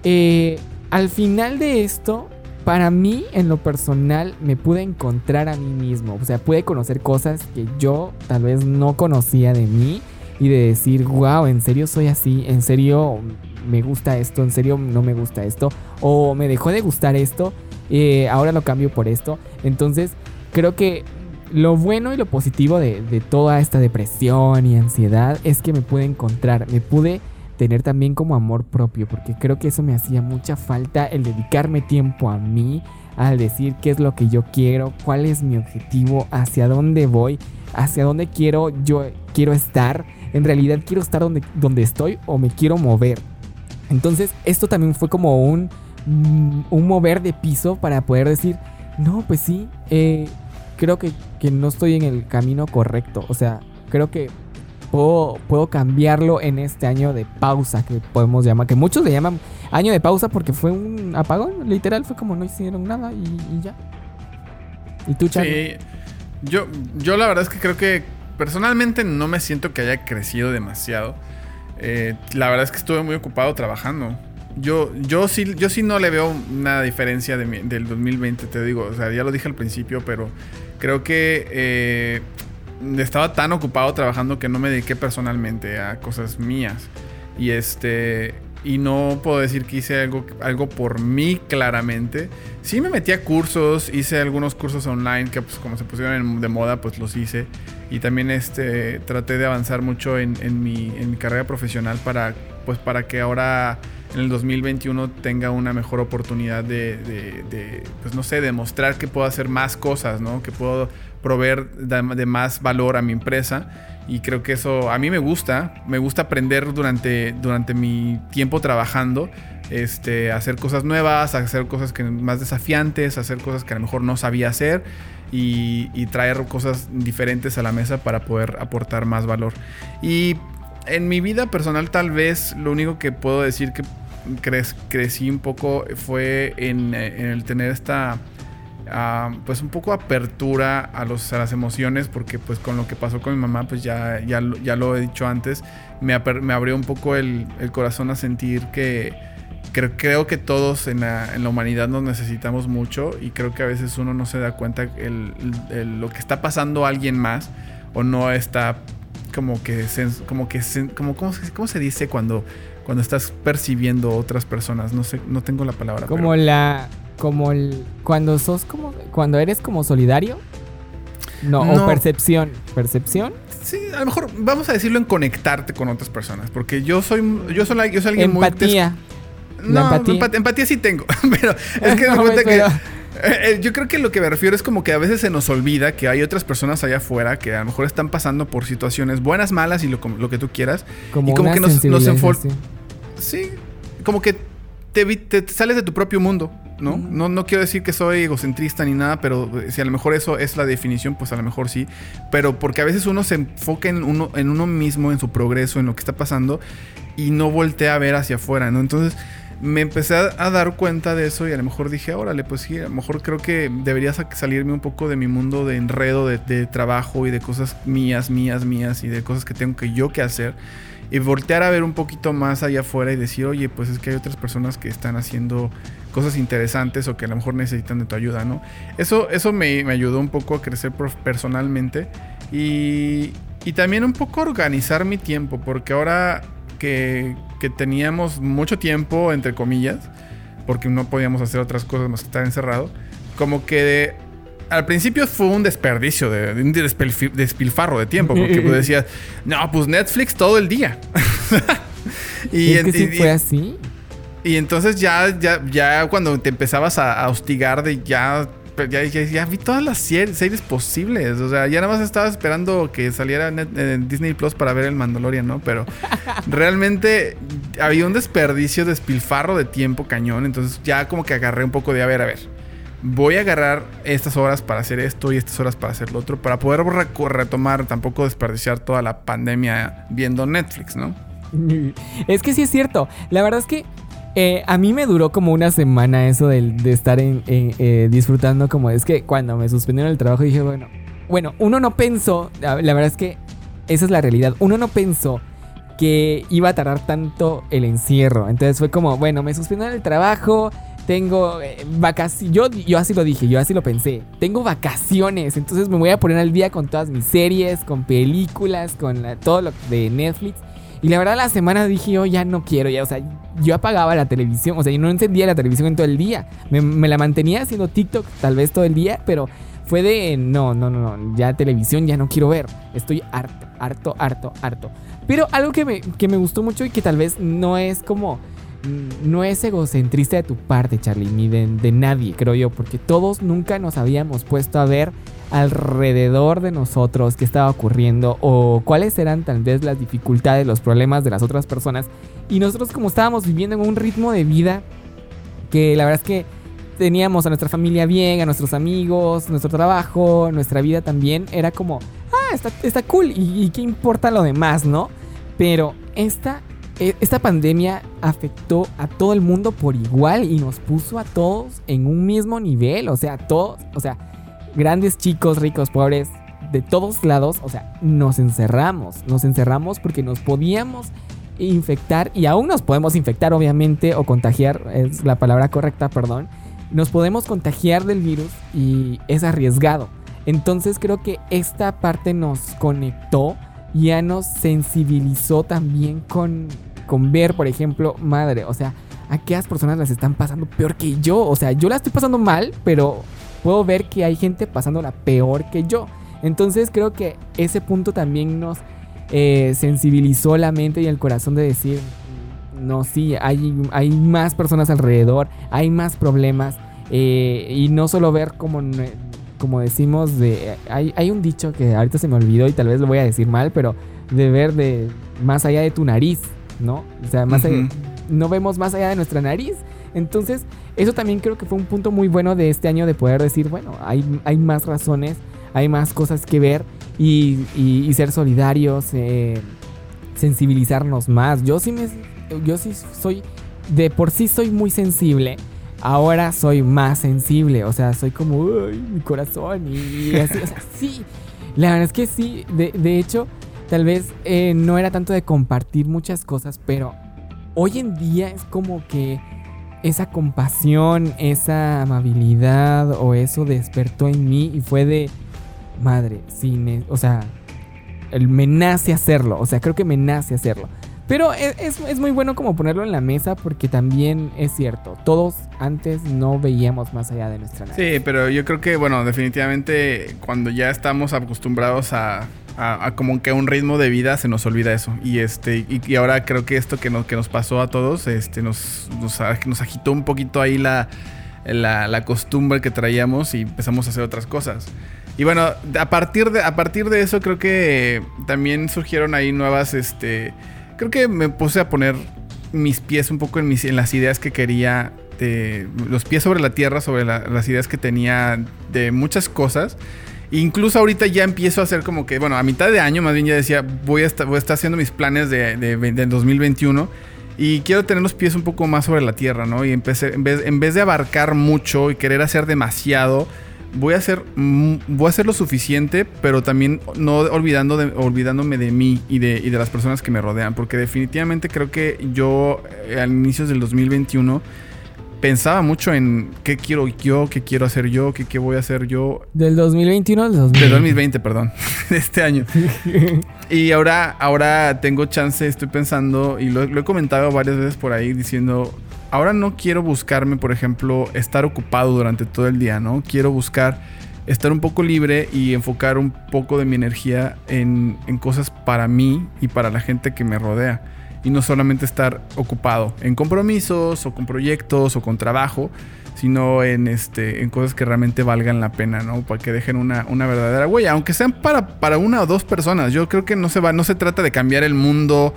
Speaker 1: al final de esto, para mí, en lo personal, me pude encontrar a mí mismo. O sea, pude conocer cosas que yo tal vez no conocía de mí. Y de decir, wow, ¿en serio soy así? ¿En serio me gusta esto? ¿En serio no me gusta esto? ¿O me dejó de gustar esto? Ahora lo cambio por esto. Entonces, creo que lo bueno y lo positivo de toda esta depresión y ansiedad es que me pude encontrar. Me pude tener también como amor propio. Porque creo que eso me hacía mucha falta, el dedicarme tiempo a mí. Al decir qué es lo que yo quiero, cuál es mi objetivo, hacia dónde voy, hacia dónde quiero estar. En realidad quiero estar donde estoy o me quiero mover. Entonces esto también fue como un mover de piso para poder decir, no, pues sí, creo que no estoy en el camino correcto. O sea, creo que puedo cambiarlo en este año de pausa que podemos llamar, que muchos le llaman año de pausa porque fue un apagón, literal, fue como no hicieron nada y ya. ¿Y tú, Charlie?
Speaker 2: Sí, yo la verdad es que creo que personalmente no me siento que haya crecido demasiado. La verdad es que estuve muy ocupado trabajando. Yo sí no le veo una diferencia del 2020, te digo. O sea, ya lo dije al principio, pero creo que estaba tan ocupado trabajando que no me dediqué personalmente a cosas mías. Y no puedo decir que hice algo por mí claramente. Sí me metí a cursos, hice algunos cursos online que pues como se pusieron de moda, pues los hice. Y también traté de avanzar mucho en mi carrera profesional para que ahora en el 2021 tenga una mejor oportunidad pues no sé, demostrar que puedo hacer más cosas, ¿no? Que puedo proveer de más valor a mi empresa. Y creo que eso a mí me gusta aprender durante mi tiempo trabajando, hacer cosas nuevas, hacer cosas más desafiantes, hacer cosas que a lo mejor no sabía hacer y traer cosas diferentes a la mesa para poder aportar más valor. Y en mi vida personal tal vez lo único que puedo decir que crecí un poco fue en el tener esta pues un poco apertura a las emociones, porque pues con lo que pasó con mi mamá pues ya lo he dicho antes, me abrió un poco el corazón a sentir que creo que todos en la humanidad nos necesitamos mucho, y creo que a veces uno no se da cuenta lo que está pasando a alguien más, o no está ¿cómo se dice cuando estás percibiendo otras personas? No sé, no tengo la palabra.
Speaker 1: Cuando eres como solidario. No, o percepción.
Speaker 2: Sí, a lo mejor vamos a decirlo en conectarte con otras personas, porque yo soy alguien
Speaker 1: empatía.
Speaker 2: Empatía sí tengo, pero es que yo creo que lo que me refiero es como que a veces se nos olvida que hay otras personas allá afuera que a lo mejor están pasando por situaciones buenas, malas y lo que tú quieras,
Speaker 1: como
Speaker 2: y como
Speaker 1: una
Speaker 2: que nos
Speaker 1: sensibilización.
Speaker 2: Sí, como que te sales de tu propio mundo ¿no? No quiero decir que soy egocentrista ni nada, pero si a lo mejor eso es la definición, pues a lo mejor sí. Pero porque a veces uno se enfoca en uno mismo, en su progreso, en lo que está pasando, y no voltea a ver hacia afuera, ¿no? Entonces me empecé a dar cuenta de eso y a lo mejor dije, órale, pues sí, a lo mejor creo que debería salirme un poco de mi mundo de enredo, de trabajo y de cosas mías y de cosas que tengo que hacer. Y voltear a ver un poquito más allá afuera y decir, oye, pues es que hay otras personas que están haciendo cosas interesantes o que a lo mejor necesitan de tu ayuda, ¿no? Eso me ayudó un poco a crecer personalmente y también un poco a organizar mi tiempo, porque ahora que teníamos mucho tiempo, entre comillas, porque no podíamos hacer otras cosas más que estar encerrado, como que al principio fue un desperdicio, un despilfarro de tiempo, porque pues decías, no, pues Netflix todo el día.
Speaker 1: ¿Es que sí fue así?
Speaker 2: Y entonces ya cuando te empezabas a hostigar de ya vi todas las series posibles. O sea, ya nada más estaba esperando que saliera Disney Plus para ver el Mandalorian, ¿no? Pero realmente había un despilfarro de tiempo cañón. Entonces ya como que agarré un poco de, a ver, voy a agarrar estas horas para hacer esto y estas horas para hacer lo otro, para poder retomar, tampoco desperdiciar toda la pandemia viendo Netflix, ¿no?
Speaker 1: Es que sí es cierto. La verdad es que a mí me duró como una semana eso de estar disfrutando. Como es que cuando me suspendieron el trabajo dije, bueno, uno no pensó, la verdad es que esa es la realidad, uno no pensó que iba a tardar tanto el encierro. Entonces fue como, bueno, me suspendieron el trabajo, tengo vacaciones. Yo así lo dije, yo así lo pensé. Tengo vacaciones, entonces me voy a poner al día con todas mis series, con películas, con todo lo de Netflix. Y la verdad la semana dije, yo ya no quiero, o sea, yo apagaba la televisión, o sea, yo no encendía la televisión en todo el día. Me la mantenía haciendo TikTok tal vez todo el día, pero fue de, no, ya televisión ya no quiero ver. Estoy harto. Pero algo que me gustó mucho y que tal vez no es egocentrista de tu parte, Charlie, ni de nadie, creo yo, porque todos nunca nos habíamos puesto a ver alrededor de nosotros qué estaba ocurriendo o cuáles eran tal vez las dificultades, los problemas de las otras personas. Y nosotros, como estábamos viviendo en un ritmo de vida que la verdad es que teníamos a nuestra familia bien, a nuestros amigos, nuestro trabajo, nuestra vida también, era como, está cool, y qué importa lo demás, ¿no? Pero esta pandemia afectó a todo el mundo por igual y nos puso a todos en un mismo nivel. O sea, todos, grandes, chicos, ricos, pobres, de todos lados, o sea, nos encerramos porque nos podíamos infectar, y aún nos podemos infectar, obviamente, o contagiar, es la palabra correcta, perdón. Nos podemos contagiar del virus y es arriesgado. Entonces creo que esta parte nos conectó, ya nos sensibilizó también con ver, por ejemplo, madre, o sea, a aquellas personas las están pasando peor que yo. O sea, yo la estoy pasando mal, pero puedo ver que hay gente pasándola peor que yo. Entonces creo que ese punto también nos sensibilizó la mente y el corazón de decir, no, sí, hay más personas alrededor, hay más problemas, y no solo ver como decimos, hay un dicho que ahorita se me olvidó y tal vez lo voy a decir mal, pero de ver de más allá de tu nariz, ¿no? O sea, más allá, no vemos más allá de nuestra nariz. Entonces eso también creo que fue un punto muy bueno de este año, de poder decir, bueno, hay más razones, hay más cosas que ver y ser solidarios, sensibilizarnos más. Yo sí soy, de por sí soy muy sensible. Ahora soy más sensible, o sea, soy como, uy, mi corazón y así, o sea, sí. La verdad es que sí, de hecho, tal vez no era tanto de compartir muchas cosas, pero hoy en día es como que esa compasión, esa amabilidad o eso despertó en mí y fue de, madre, sí, o sea, me nace hacerlo, o sea, creo que me nace hacerlo. Pero es muy bueno como ponerlo en la mesa, porque también es cierto, todos antes no veíamos más allá de nuestra nariz.
Speaker 2: Sí, pero yo creo que, bueno, definitivamente cuando ya estamos acostumbrados a como que un ritmo de vida, se nos olvida eso. Y ahora creo que esto que nos pasó a todos, nos agitó un poquito ahí la costumbre que traíamos y empezamos a hacer otras cosas. Y bueno, a partir de eso creo que también surgieron ahí nuevas, creo que me puse a poner mis pies un poco en las ideas que quería los pies sobre la tierra, sobre las ideas que tenía de muchas cosas. Incluso ahorita ya empiezo a hacer como que, bueno, a mitad de año más bien ya decía, voy a estar haciendo mis planes de 2021 y quiero tener los pies un poco más sobre la tierra, ¿no? Y en vez de abarcar mucho y querer hacer demasiado, voy a hacer lo suficiente, pero también no olvidándome de mí y de las personas que me rodean, porque definitivamente creo que yo al inicio del 2021 pensaba mucho en qué quiero yo, qué quiero hacer yo, qué voy a hacer yo.
Speaker 1: ¿Del 2021 al 2020?
Speaker 2: Del 2020, perdón. De este año. Y ahora tengo chance, estoy pensando, y lo he comentado varias veces por ahí, diciendo, ahora no quiero buscarme, por ejemplo, estar ocupado durante todo el día, ¿no? Quiero buscar estar un poco libre y enfocar un poco de mi energía en cosas para mí y para la gente que me rodea. Y no solamente estar ocupado en compromisos o con proyectos o con trabajo, sino en cosas que realmente valgan la pena, ¿no? Para que dejen una verdadera huella, aunque sean para una o dos personas. Yo creo que no se trata de cambiar el mundo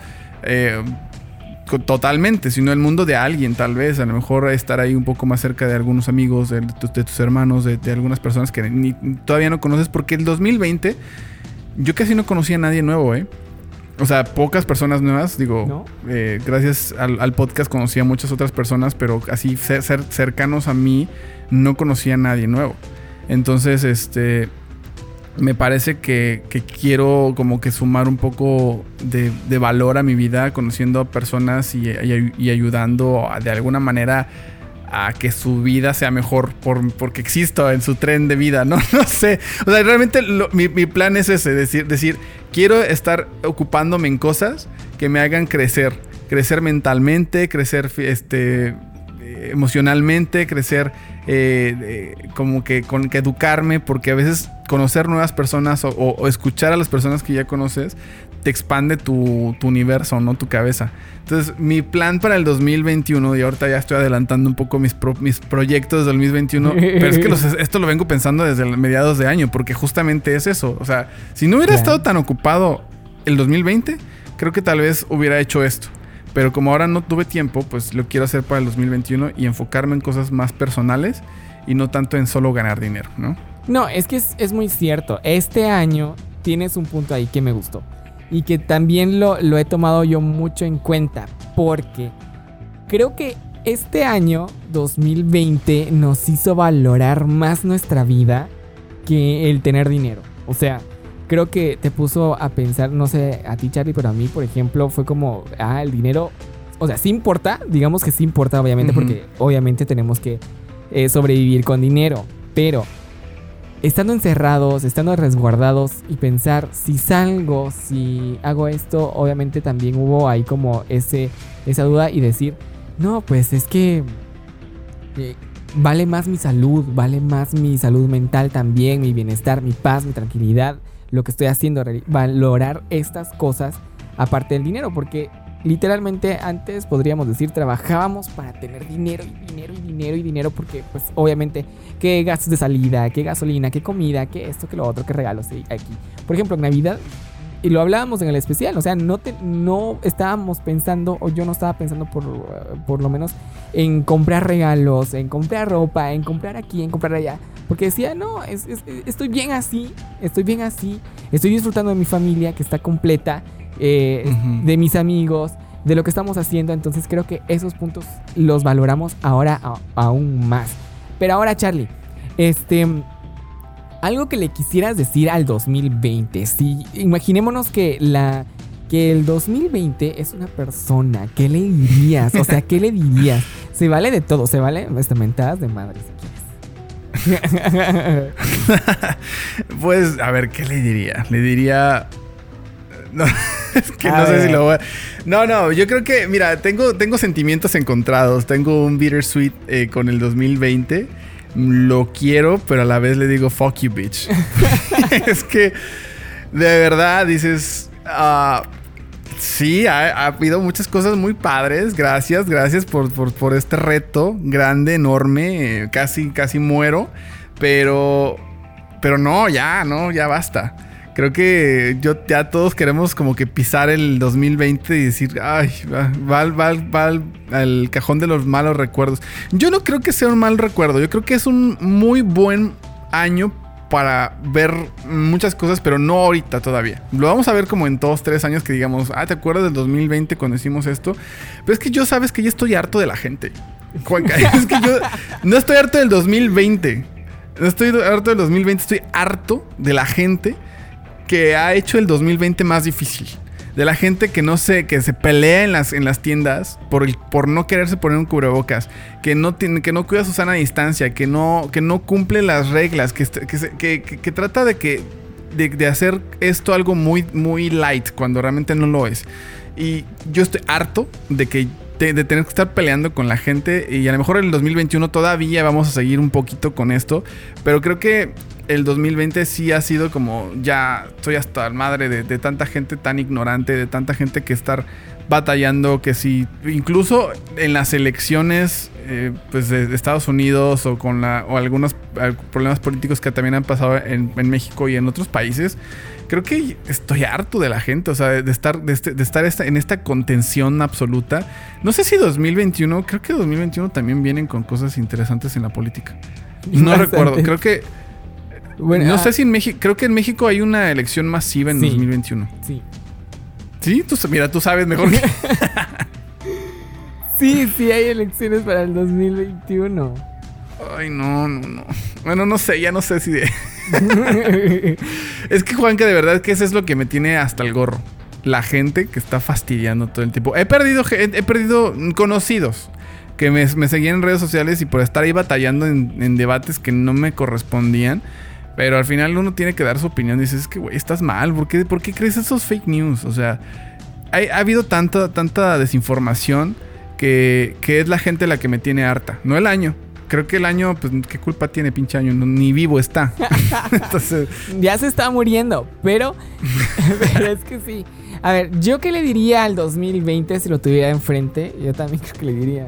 Speaker 2: totalmente, sino el mundo de alguien, tal vez. A lo mejor estar ahí un poco más cerca de algunos amigos, de tus hermanos, de algunas personas que todavía no conoces, porque el 2020 yo casi no conocía a nadie nuevo, O sea, pocas personas nuevas, digo, ¿no? Gracias al podcast conocí a muchas otras personas, pero así ser cercanos a mí no conocía a nadie nuevo. Entonces, me parece que quiero como que sumar un poco de valor a mi vida, conociendo a personas y ayudando de alguna manera a que su vida sea mejor porque existo en su tren de vida, ¿no? No sé. O sea, realmente mi plan es ese, decir, quiero estar ocupándome en cosas que me hagan crecer mentalmente, crecer emocionalmente, crecer como que educarme, porque a veces conocer nuevas personas o escuchar a las personas que ya conoces te expande tu universo, ¿no? Tu cabeza. Entonces, mi plan para el 2021, y ahorita ya estoy adelantando un poco mis proyectos del 2021, pero es que esto lo vengo pensando desde mediados de año, porque justamente es eso. O sea, si no hubiera estado tan ocupado el 2020, creo que tal vez hubiera hecho esto. Pero como ahora no tuve tiempo, pues lo quiero hacer para el 2021 y enfocarme en cosas más personales y no tanto en solo ganar dinero, ¿no?
Speaker 1: No, es que es muy cierto. Este año tienes un punto ahí que me gustó. Y que también lo he tomado yo mucho en cuenta, porque creo que este año 2020 nos hizo valorar más nuestra vida que el tener dinero. O sea, creo que te puso a pensar, no sé, a ti, Charlie, pero a mí, por ejemplo, fue como, el dinero, o sea, sí importa, digamos que sí importa, obviamente, porque obviamente tenemos que sobrevivir con dinero, pero estando encerrados, estando resguardados y pensar, si salgo, si hago esto, obviamente también hubo ahí como esa duda y decir, no, pues es que vale más mi salud mental también, mi bienestar, mi paz, mi tranquilidad, lo que estoy haciendo, valorar estas cosas aparte del dinero, porque literalmente antes podríamos decir trabajábamos para tener dinero, porque pues obviamente qué gastos de salida, qué gasolina, qué comida, qué esto, qué lo otro, qué regalos aquí. Por ejemplo, en Navidad, y lo hablábamos en el especial, o sea, no estábamos pensando, o yo no estaba pensando por lo menos en comprar regalos, en comprar ropa, en comprar aquí, en comprar allá, porque decía, no, estoy bien así, estoy disfrutando de mi familia que está completa, de mis amigos, de lo que estamos haciendo. Entonces creo que esos puntos los valoramos ahora aún más. Pero ahora, Charlie, algo que le quisieras decir al 2020. Si imaginémonos que el 2020 es una persona, ¿qué le dirías? O sea, ¿qué le dirías? Se vale de todo, se vale mentadas de madre si quieres.
Speaker 2: Pues, a ver, ¿qué le diría? Le diría... No, es que no sé si lo voy a... No, yo creo que, mira, tengo sentimientos encontrados. Tengo un bittersweet con el 2020. Lo quiero, pero a la vez le digo, fuck you, bitch. Es que, de verdad, dices... sí, ha habido muchas cosas muy padres. Gracias por este reto grande, enorme. Casi muero. Pero no, ya basta. Creo que ya todos queremos como que pisar el 2020 y decir, ay, va al cajón de los malos recuerdos. Yo no creo que sea un mal recuerdo. Yo creo que es un muy buen año para ver muchas cosas, pero no ahorita todavía. Lo vamos a ver como en 2-3 años que digamos, ¿te acuerdas del 2020 cuando hicimos esto? Pero es que yo sabes que ya estoy harto de la gente. Juanca, es que yo no estoy harto del 2020. No estoy harto del 2020, estoy harto de la gente que ha hecho el 2020 más difícil. De la gente que que se pelea en las tiendas por no quererse poner un cubrebocas, que no cuida su sana distancia, que no cumple las reglas, que trata de hacer esto algo muy, muy light cuando realmente no lo es. Y yo estoy harto de tener que estar peleando con la gente, y a lo mejor en el 2021 todavía vamos a seguir un poquito con esto, pero creo que el 2020 sí ha sido como, ya estoy hasta la madre de tanta gente tan ignorante, de tanta gente que estar batallando, que sí, incluso en las elecciones pues de Estados Unidos o algunos problemas políticos que también han pasado en México y en otros países. Creo que estoy harto de la gente, o sea, de estar en esta contención absoluta. No sé si 2021, creo que 2021 también vienen con cosas interesantes en la política. No recuerdo, creo que... Bueno, no sé si en México, creo que en México hay una elección masiva en 2021.
Speaker 1: Sí.
Speaker 2: ¿Sí? Mira, tú sabes mejor que...
Speaker 1: Sí, hay elecciones para el 2021.
Speaker 2: Ay, no. Bueno, no sé, ya no sé si de... Es que, Juanca, de verdad que eso es lo que me tiene hasta el gorro. La gente que está fastidiando todo el tiempo. He perdido conocidos que me seguían en redes sociales y por estar ahí batallando en debates que no me correspondían. Pero al final uno tiene que dar su opinión. Dices, es que, güey, estás mal. ¿Por qué crees esos fake news? O sea, ha habido tanta desinformación que es la gente la que me tiene harta. No el año. Creo que el año, pues, ¿qué culpa tiene, pinche año? Ni vivo está. Entonces... Ya
Speaker 1: se está muriendo, pero es que sí. A ver, ¿yo qué le diría al 2020 si lo tuviera enfrente? Yo también creo que le diría...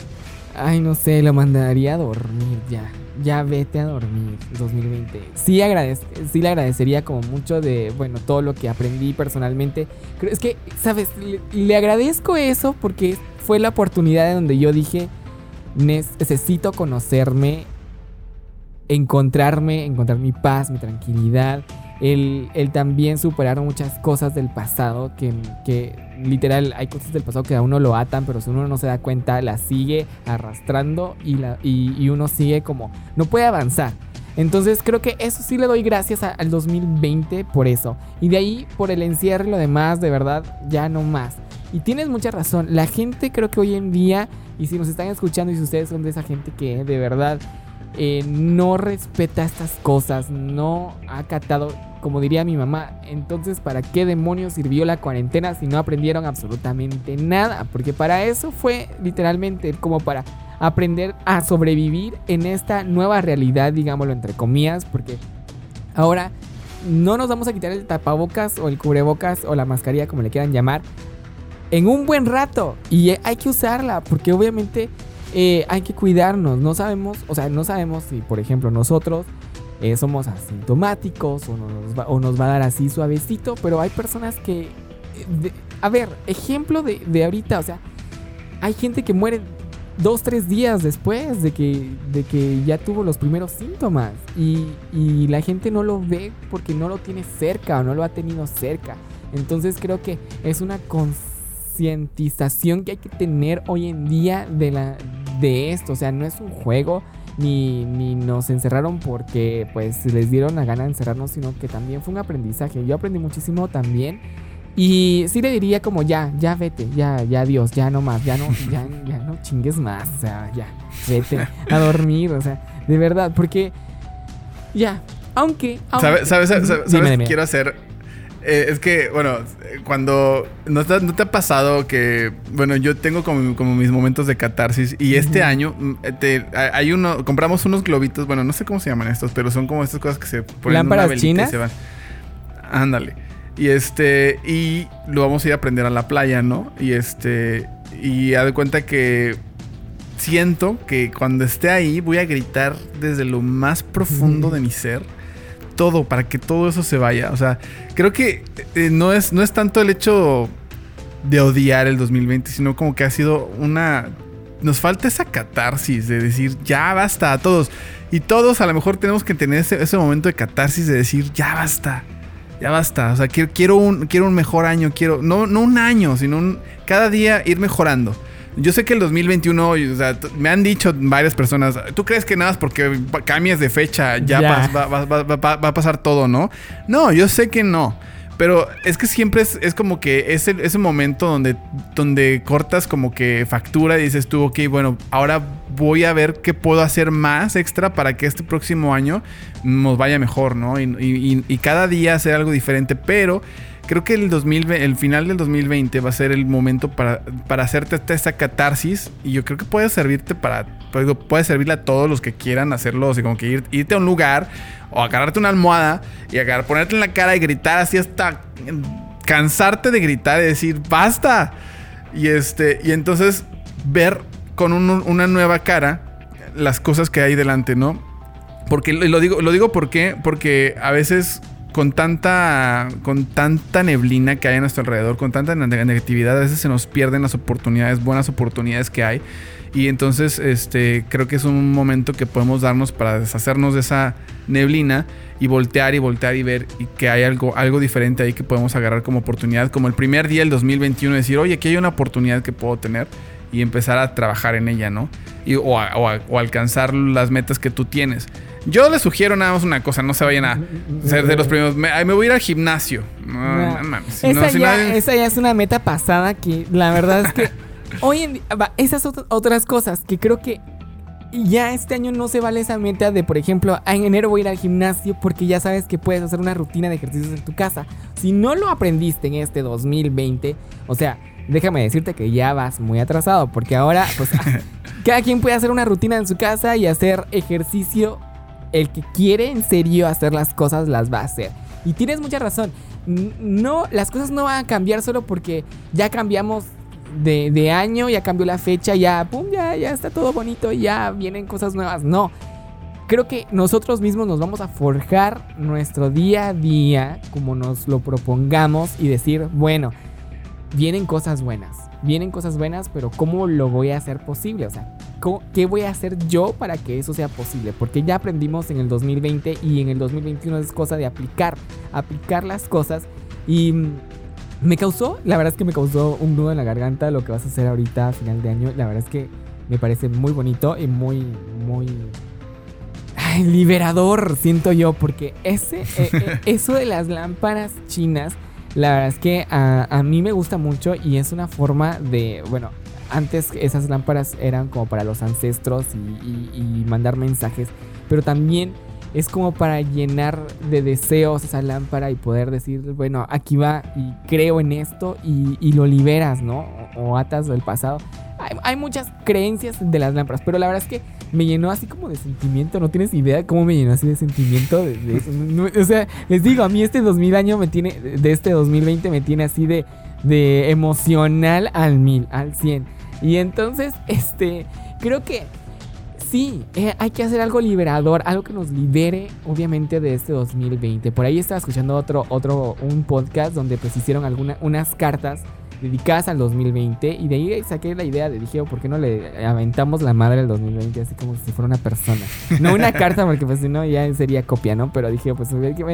Speaker 1: Ay, no sé, lo mandaría a dormir ya. Ya vete a dormir, 2020. Sí le agradecería como mucho de, bueno, todo lo que aprendí personalmente. Pero es que, ¿sabes? Le agradezco eso porque fue la oportunidad de donde yo dije... Necesito conocerme, encontrar mi paz, mi tranquilidad, el también superar muchas cosas del pasado que literal hay cosas del pasado que a uno lo atan, pero si uno no se da cuenta las sigue arrastrando y uno sigue como no puede avanzar. Entonces creo que eso sí le doy gracias al 2020 por eso, y de ahí por el encierro y lo demás, de verdad ya no más. Y tienes mucha razón, la gente creo que hoy en día, y si nos están escuchando y si ustedes son de esa gente que de verdad no respeta estas cosas, no ha acatado, como diría mi mamá, entonces ¿para qué demonios sirvió la cuarentena si no aprendieron absolutamente nada? Porque para eso fue literalmente como para aprender a sobrevivir en esta nueva realidad, digámoslo entre comillas, porque ahora no nos vamos a quitar el tapabocas o el cubrebocas o la mascarilla, como le quieran llamar, en un buen rato, y hay que usarla porque obviamente hay que cuidarnos. No sabemos si, por ejemplo, nosotros somos asintomáticos o nos va a dar así suavecito, pero hay personas que a ver, ejemplo de ahorita, o sea, hay gente que muere 2-3 días después de que ya tuvo los primeros síntomas y la gente no lo ve porque no lo tiene cerca o no lo ha tenido cerca. Entonces creo que es una concientización que hay que tener hoy en día de esto. O sea, no es un juego ni nos encerraron porque pues les dieron la gana de encerrarnos, sino que también fue un aprendizaje. Yo aprendí muchísimo también. Y sí le diría como ya vete, ya adiós, ya no más, ya no chingues más, o sea, ya, vete a dormir, o sea, de verdad, porque ya, aunque
Speaker 2: ¿Sabes
Speaker 1: dime.
Speaker 2: qué quiero hacer? Es que, bueno, cuando ¿no te ha pasado que, bueno, yo tengo como mis momentos de catarsis y este año compramos unos globitos, bueno, no sé cómo se llaman estos, pero son como estas cosas que se ponen en una velita chinas y se van. Ándale. Y lo vamos a ir a aprender a la playa, ¿no? Y haz de cuenta que siento que cuando esté ahí voy a gritar desde lo más profundo de mi ser todo, para que todo eso se vaya. O sea, creo que no es tanto el hecho de odiar el 2020, sino como que ha sido nos falta esa catarsis de decir, ya basta a todos. Y todos a lo mejor tenemos que tener ese momento de catarsis de decir, ya basta. Ya basta. O sea, quiero un mejor año. No un año, sino cada día ir mejorando. Yo sé que el 2021, o sea, me han dicho varias personas, ¿tú crees que nada más porque cambies de fecha ya. Va a pasar todo, no? No, yo sé que no. Pero es que siempre es como que ese momento donde cortas como que factura y dices tú, ok, bueno, ahora voy a ver qué puedo hacer más extra para que este próximo año nos vaya mejor, ¿no? Y cada día hacer algo diferente, pero creo que el final del 2020 va a ser el momento para hacerte esa catarsis, y yo creo que puede servirte puede servirle a todos los que quieran hacerlo, o sea, como que irte a un lugar o agarrarte una almohada y ponerte en la cara y gritar así hasta cansarte de gritar y decir basta, y entonces ver con una nueva cara las cosas que hay delante, ¿no? Porque lo digo porque a veces con tanta neblina que hay a nuestro alrededor, con tanta negatividad, a veces se nos pierden las buenas oportunidades que hay. Y entonces creo que es un momento que podemos darnos para deshacernos de esa neblina y voltear y ver, y que hay algo diferente ahí que podemos agarrar como oportunidad, como el primer día del 2021, decir, oye, aquí hay una oportunidad que puedo tener, y empezar a trabajar en ella, ¿no? O alcanzar las metas que tú tienes. Yo les sugiero nada más una cosa, no se vayan a ser de los primeros. Me voy a ir al gimnasio. No mames.
Speaker 1: Esa ya es una meta pasada que la verdad es que hoy en día, esas otras cosas que creo que ya este año no se vale esa meta de, por ejemplo, en enero voy a ir al gimnasio, porque ya sabes que puedes hacer una rutina de ejercicios en tu casa. Si no lo aprendiste en este 2020, o sea, déjame decirte que ya vas muy atrasado, porque ahora pues cada quien puede hacer una rutina en su casa y hacer ejercicio. El que quiere en serio hacer las cosas las va a hacer. Y tienes mucha razón. No, las cosas no van a cambiar solo porque ya cambiamos de año, ya cambió la fecha, ya está todo bonito, ya vienen cosas nuevas. No, creo que nosotros mismos nos vamos a forjar nuestro día a día como nos lo propongamos y decir, bueno, vienen cosas buenas, pero ¿cómo lo voy a hacer posible? O sea, ¿qué voy a hacer yo para que eso sea posible? Porque ya aprendimos en el 2020 y en el 2021 es cosa de aplicar las cosas. Y la verdad es que me causó un nudo en la garganta lo que vas a hacer ahorita a final de año. La verdad es que me parece muy bonito y muy liberador, siento yo, porque eso de las lámparas chinas, la verdad es que a mí me gusta mucho, y es una forma de, bueno, antes esas lámparas eran como para los ancestros y mandar mensajes, pero también es como para llenar de deseos esa lámpara y poder decir, bueno, aquí va y creo en esto, y lo liberas, ¿no? O atas del pasado. Hay muchas creencias de las lámparas, pero la verdad es que me llenó así como de sentimiento. No tienes idea cómo me llenó así de sentimiento de eso. No, o sea, les digo, a mí este 2020 me tiene así de emocional al 1000, al 100. Y entonces, creo que sí, hay que hacer algo liberador, algo que nos libere, obviamente, de este 2020. Por ahí estaba escuchando un podcast donde pues hicieron unas cartas dedicadas al 2020, y de ahí saqué la idea dije, ¿por qué no le aventamos la madre al 2020 así como si fuera una persona? No una carta, porque pues si no ya sería copia, ¿no? Pero dije, pues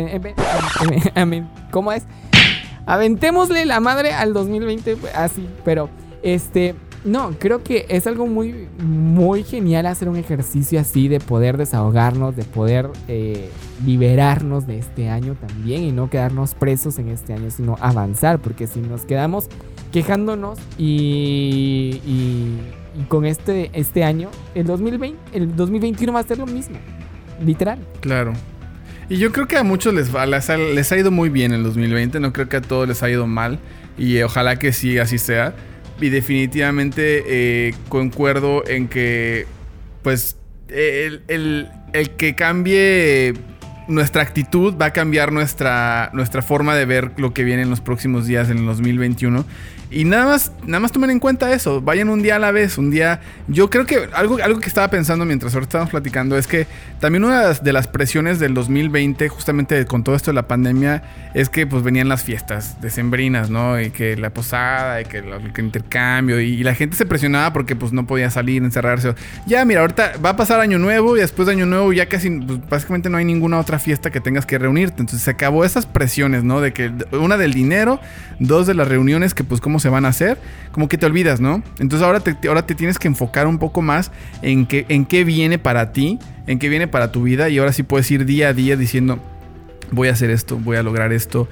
Speaker 1: ¿cómo es? Aventémosle la madre al 2020 así, pero no, creo que es algo muy, muy genial hacer un ejercicio así, de poder desahogarnos, de poder liberarnos de este año también, y no quedarnos presos en este año, sino avanzar, porque si nos quedamos quejándonos y con este año, el 2021 va a ser lo mismo, literal.
Speaker 2: Claro. Y yo creo que a muchos les ha ido muy bien el 2020, no creo que a todos les ha ido mal, y ojalá que sí, así sea. Y definitivamente concuerdo en que pues el que cambie nuestra actitud va a cambiar nuestra forma de ver lo que viene en los próximos días en el 2021. Y nada más tomen en cuenta eso. Vayan un día a la vez. Un día... Yo creo que algo que estaba pensando mientras ahora estábamos platicando es que también una de las presiones del 2020, justamente con todo esto de la pandemia, es que pues venían las fiestas decembrinas, ¿no? Y que la posada, y que el intercambio. Y la gente se presionaba porque pues no podía salir, encerrarse. Ya, mira, ahorita va a pasar Año Nuevo y después de Año Nuevo ya casi, pues, básicamente no hay ninguna otra fiesta que tengas que reunirte. Entonces se acabó esas presiones, ¿no? De que una del dinero, dos de las reuniones que pues cómo se van a hacer, como que te olvidas, ¿no? Entonces ahora te tienes que enfocar un poco más en qué viene para ti, en qué viene para tu vida, y ahora sí puedes ir día a día diciendo, voy a hacer esto, voy a lograr esto.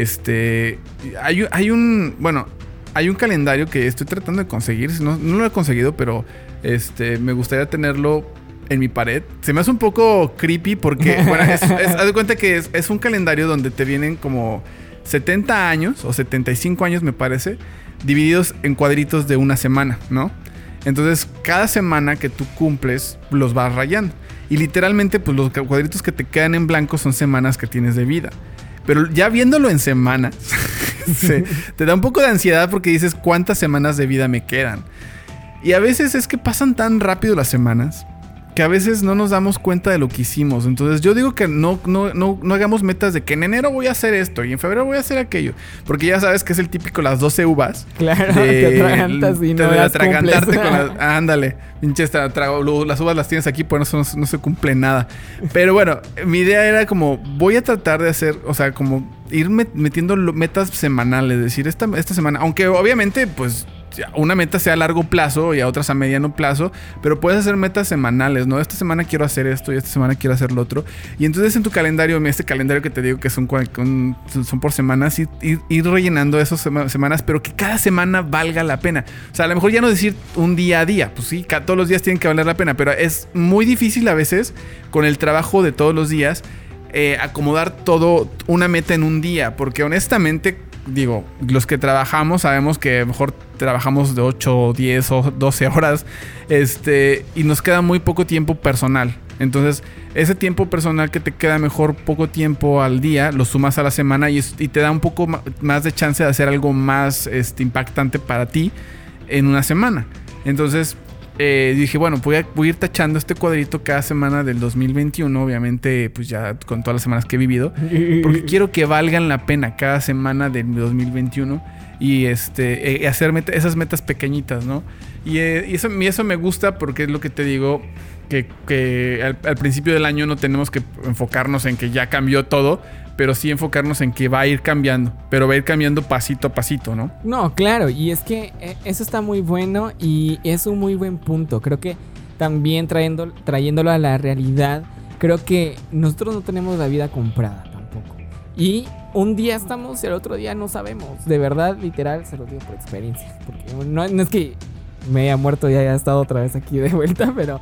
Speaker 2: Hay un calendario que estoy tratando de conseguir, no lo he conseguido, pero me gustaría tenerlo en mi pared. Se me hace un poco creepy porque, bueno, haz de cuenta que es un calendario donde te vienen como 70 años o 75 años, me parece, divididos en cuadritos de una semana, ¿no? Entonces, cada semana que tú cumples, los vas rayando. Y literalmente, pues los cuadritos que te quedan en blanco son semanas que tienes de vida. Pero ya viéndolo en semanas, te da un poco de ansiedad porque dices, ¿cuántas semanas de vida me quedan? Y a veces es que pasan tan rápido las semanas que a veces no nos damos cuenta de lo que hicimos. Entonces yo digo que no hagamos metas de que en enero voy a hacer esto y en febrero voy a hacer aquello. Porque ya sabes que es el típico las 12 uvas.
Speaker 1: Claro, te atragantas y no las
Speaker 2: atragantarte
Speaker 1: cumples.
Speaker 2: con las... Ándale, pinche, las uvas las tienes aquí, por eso no se cumple nada. Pero bueno, mi idea era como, voy a tratar de hacer, o sea, como ir metiendo metas semanales. Es decir, esta semana, aunque obviamente, pues... una meta sea a largo plazo y a otras a mediano plazo, pero puedes hacer metas semanales, ¿no? Esta semana quiero hacer esto y esta semana quiero hacer lo otro. Y entonces en tu calendario, este calendario que te digo que son por semanas, ir rellenando esas semanas, pero que cada semana valga la pena. O sea, a lo mejor ya no decir un día a día, pues sí, todos los días tienen que valer la pena, pero es muy difícil a veces con el trabajo de todos los días acomodar todo una meta en un día, porque honestamente... Digo, los que trabajamos sabemos que a lo mejor trabajamos de 8, 10 o 12 horas y nos queda muy poco tiempo personal. Entonces, ese tiempo personal que te queda mejor poco tiempo al día, lo sumas a la semana y te da un poco más de chance de hacer algo más impactante para ti en una semana. Entonces, dije, bueno, voy a ir tachando este cuadrito cada semana del 2021, obviamente, pues ya con todas las semanas que he vivido, porque quiero que valgan la pena cada semana del 2021 y hacer esas metas pequeñitas, ¿no? Y eso me gusta porque es lo que te digo, que al principio del año no tenemos que enfocarnos en que ya cambió todo, pero sí enfocarnos en que va a ir cambiando, pero va a ir cambiando pasito a pasito, ¿no?
Speaker 1: No, claro, y es que eso está muy bueno y es un muy buen punto. Creo que también trayéndolo a la realidad, creo que nosotros no tenemos la vida comprada tampoco. Y un día estamos y el otro día no sabemos. De verdad, literal, se lo digo por experiencia. Porque no es que me haya muerto y haya estado otra vez aquí de vuelta, pero...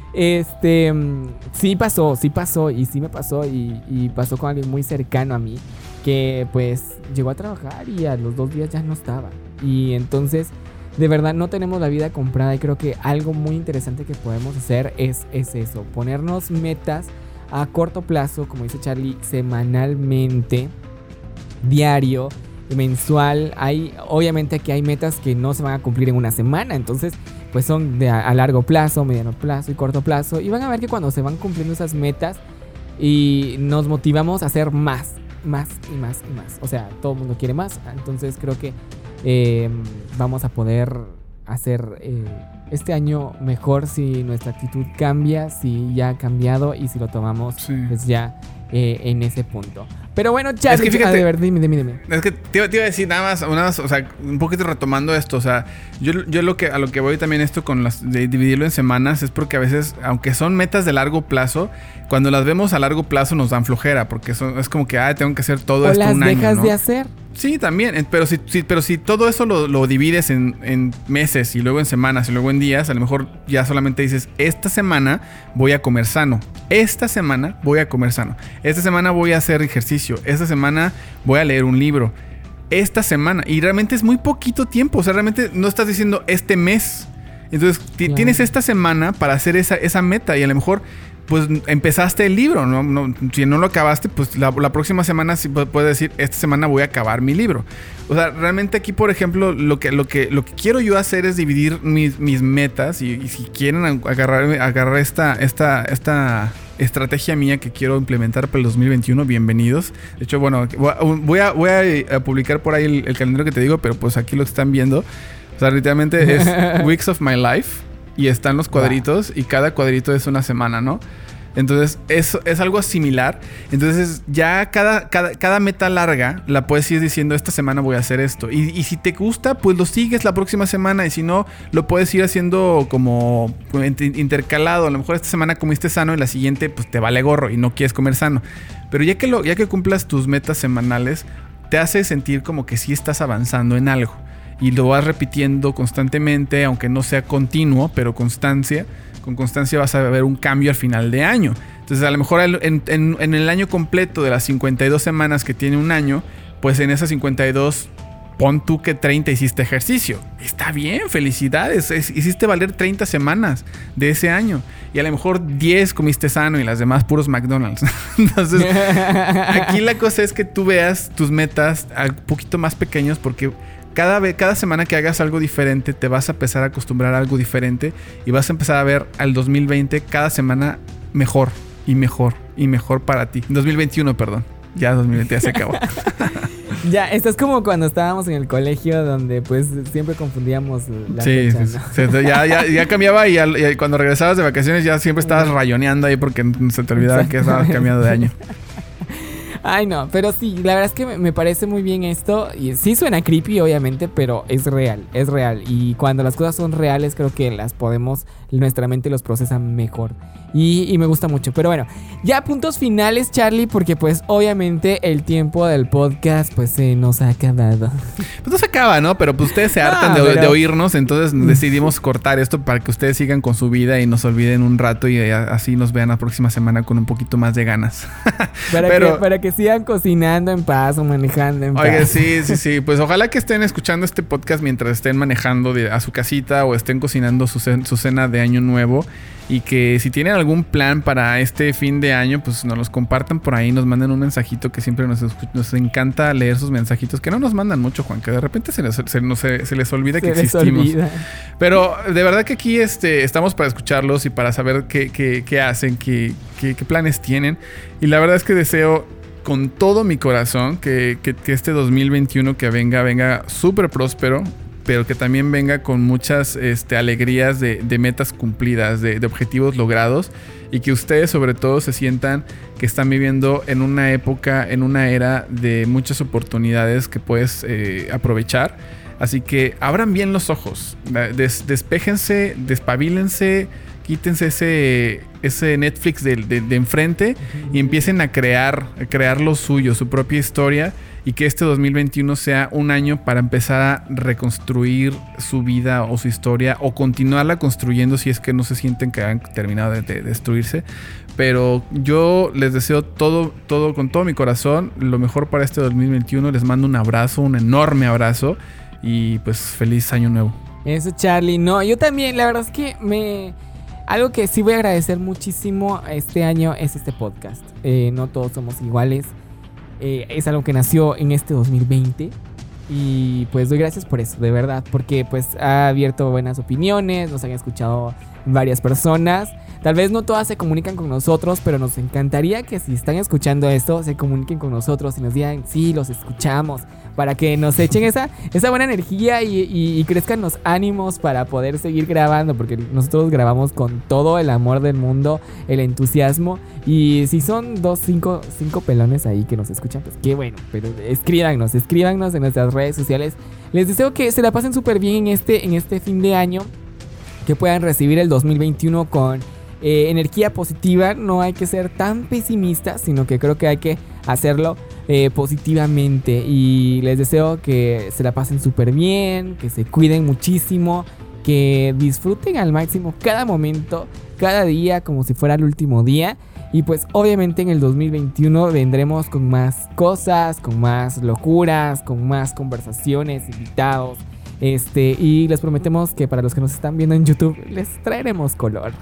Speaker 1: sí pasó y sí me pasó y pasó con alguien muy cercano a mí que pues llegó a trabajar y a los 2 días ya no estaba. Y entonces de verdad no tenemos la vida comprada y creo que algo muy interesante que podemos hacer es eso, ponernos metas a corto plazo, como dice Charlie, semanalmente, diario, mensual. Obviamente aquí hay metas que no se van a cumplir en una semana, entonces pues son a largo plazo, mediano plazo y corto plazo. Y van a ver que cuando se van cumpliendo esas metas y nos motivamos a hacer más y más. O sea, todo el mundo quiere más. Entonces creo que vamos a poder hacer este año mejor si nuestra actitud cambia, si ya ha cambiado y si lo tomamos pues ya en ese punto. Pero bueno, Charlie,
Speaker 2: es que fíjate,
Speaker 1: a ver, dime. Es
Speaker 2: que te iba a decir nada más, o sea, un poquito retomando esto, o sea, yo a lo que voy también esto con de dividirlo en semanas es porque a veces, aunque son metas de largo plazo, cuando las vemos a largo plazo nos dan flojera, porque es como que, tengo que hacer todo esto un año, ¿no? O las
Speaker 1: dejas de hacer.
Speaker 2: Sí, también, pero si todo eso lo divides en meses y luego en semanas y luego en días, a lo mejor ya solamente dices, esta semana voy a comer sano, esta semana voy a comer sano, esta semana voy a hacer ejercicio, esta semana voy a leer un libro, esta semana, y realmente es muy poquito tiempo, o sea, realmente no estás diciendo este mes. Entonces tienes esta semana para hacer esa meta y a lo mejor pues empezaste el libro, ¿no? Si no lo acabaste, pues la próxima semana sí puedes decir, esta semana voy a acabar mi libro. O sea, realmente aquí, por ejemplo, lo que quiero yo hacer es dividir mis metas y si quieren agarrar esta estrategia mía que quiero implementar para el 2021, bienvenidos. De hecho, bueno, voy a publicar por ahí el calendario que te digo, pero pues aquí lo están viendo. O sea, literalmente es Weeks of My Life y están los cuadritos y cada cuadrito es una semana, ¿no? Entonces, eso es algo similar. Entonces, ya cada meta larga la puedes ir diciendo, esta semana voy a hacer esto. Y si te gusta, pues lo sigues la próxima semana. Y si no, lo puedes ir haciendo como intercalado. A lo mejor esta semana comiste sano y la siguiente, pues te vale gorro y no quieres comer sano. Pero ya que cumplas tus metas semanales, te hace sentir como que sí estás avanzando en algo. Y lo vas repitiendo constantemente, aunque no sea continuo, pero con constancia vas a ver un cambio al final de año. Entonces, a lo mejor en el año completo de las 52 semanas que tiene un año, pues en esas 52, pon tú que 30 hiciste ejercicio. Está bien, felicidades. Hiciste valer 30 semanas de ese año. Y a lo mejor 10 comiste sano y las demás puros McDonald's. Entonces, aquí la cosa es que tú veas tus metas un poquito más pequeños porque cada semana que hagas algo diferente te vas a empezar a acostumbrar a algo diferente y vas a empezar a ver al 2020 cada semana mejor y mejor y mejor para ti. 2021, perdón. Ya 2020 ya se acabó.
Speaker 1: Ya, esto es como cuando estábamos en el colegio donde pues siempre confundíamos la fecha, ¿no?
Speaker 2: Sí. Ya cambiaba y cuando regresabas de vacaciones ya siempre estabas rayoneando ahí porque se te olvidaba que estabas cambiando de año.
Speaker 1: Ay, no, pero sí, la verdad es que me parece muy bien esto. Y sí suena creepy, obviamente, pero es real. Y cuando las cosas son reales, creo que nuestra mente los procesa mejor. Y me gusta mucho. Pero bueno, ya puntos finales, Charlie, porque pues obviamente el tiempo del podcast pues se nos ha acabado.
Speaker 2: Pues no se acaba, ¿no? Pero pues ustedes se hartan de oírnos, entonces decidimos cortar esto para que ustedes sigan con su vida y nos olviden un rato y así nos vean la próxima semana con un poquito más de ganas.
Speaker 1: Para que sigan cocinando en paz o manejando en paz.
Speaker 2: Oye, sí. Pues ojalá que estén escuchando este podcast mientras estén manejando a su casita o estén cocinando su cena de año nuevo. Y que si tienen algún plan para este fin de año, pues nos los compartan por ahí, nos manden un mensajito, que siempre nos encanta leer sus mensajitos, que no nos mandan mucho, Juan, que de repente se les olvida que existimos. Pero de verdad que aquí estamos para escucharlos y para saber qué hacen, qué planes tienen. Y la verdad es que deseo con todo mi corazón que este 2021 que venga súper próspero, pero que también venga con muchas alegrías de metas cumplidas, de objetivos logrados, y que ustedes sobre todo se sientan que están viviendo en una época, en una era de muchas oportunidades que puedes aprovechar. Así que abran bien los ojos, despéjense, despabilense, quítense ese Netflix de enfrente y empiecen a crear lo suyo, su propia historia, y que este 2021 sea un año para empezar a reconstruir su vida o su historia o continuarla construyendo si es que no se sienten que han terminado de destruirse. Pero yo les deseo todo con todo mi corazón lo mejor para este 2021. Les mando un abrazo, un enorme abrazo, y pues feliz año nuevo.
Speaker 1: Eso, Charlie. No, yo también, la verdad es que algo que sí voy a agradecer muchísimo este año es este podcast. No todos somos iguales. Es algo que nació en este 2020. Y pues doy gracias por eso, de verdad. Porque pues ha abierto buenas opiniones, nos han escuchado varias personas. Tal vez no todas se comunican con nosotros, pero nos encantaría que si están escuchando esto, se comuniquen con nosotros y nos digan, sí, los escuchamos. Para que nos echen esa buena energía y crezcan los ánimos para poder seguir grabando. Porque nosotros grabamos con todo el amor del mundo, el entusiasmo. Y si son cinco pelones ahí que nos escuchan, pues qué bueno. Pero escríbanos en nuestras redes sociales. Les deseo que se la pasen súper bien en este fin de año. Que puedan recibir el 2021 con energía positiva. No hay que ser tan pesimistas, sino que creo que hay que hacerlo positivamente. Y les deseo que se la pasen súper bien, que se cuiden muchísimo, que disfruten al máximo cada momento, cada día como si fuera el último día. Y pues obviamente en el 2021 vendremos con más cosas, con más locuras, con más conversaciones, invitados. Y les prometemos que para los que nos están viendo en YouTube, les traeremos color.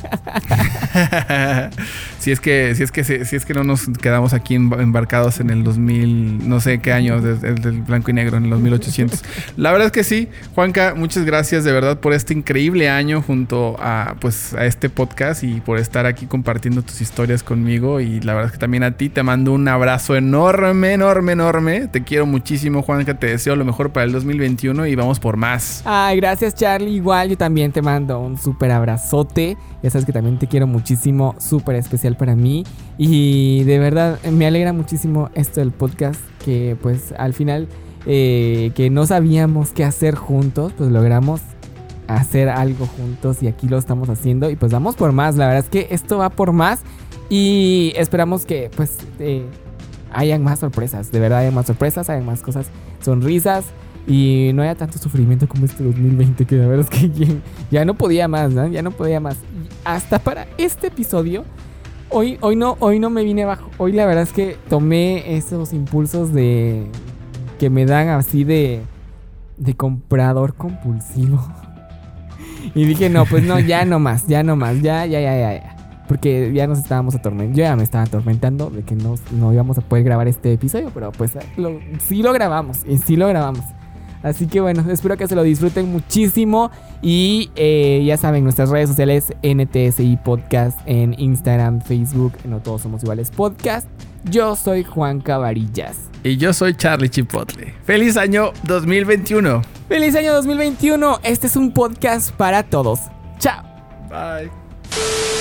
Speaker 2: si es que no nos quedamos aquí embarcados en el 2000, no sé qué año, del blanco y negro, en el 2800. La verdad es que sí, Juanca, muchas gracias de verdad por este increíble año junto a este podcast y por estar aquí compartiendo tus historias conmigo. Y la verdad es que también a ti te mando un abrazo enorme, enorme, enorme. Te quiero muchísimo, Juanca, te deseo lo mejor para el 2021 y vamos por más.
Speaker 1: Ay, gracias, Charlie. Igual yo también te mando un súper abrazote. Ya sabes que también te quiero muchísimo, súper especial para mí. Y de verdad me alegra muchísimo esto del podcast, que pues al final que no sabíamos qué hacer juntos, pues logramos hacer algo juntos y aquí lo estamos haciendo y pues vamos por más. La verdad es que esto va por más y esperamos que pues hayan más sorpresas, de verdad hayan más sorpresas, hayan más cosas, sonrisas y no haya tanto sufrimiento como este 2020, que la verdad es que ya no podía más, ¿no? Ya no podía más. Y hasta para este episodio, hoy no me vine abajo. Hoy la verdad es que tomé esos impulsos que me dan así de comprador compulsivo. Y dije, no, pues no, ya no más, ya. Porque ya nos estábamos atormentando. Yo ya me estaba atormentando de que no íbamos a poder grabar este episodio, pero pues sí lo grabamos. Así que bueno, espero que se lo disfruten muchísimo. Y ya saben, nuestras redes sociales, NTSI Podcast, en Instagram, Facebook, No Todos Somos Iguales Podcast. Yo soy Juanca Varillas.
Speaker 2: Y yo soy Charlie Chipotle. ¡Feliz año 2021!
Speaker 1: ¡Feliz año 2021! Este es un podcast para todos. ¡Chao!
Speaker 2: Bye.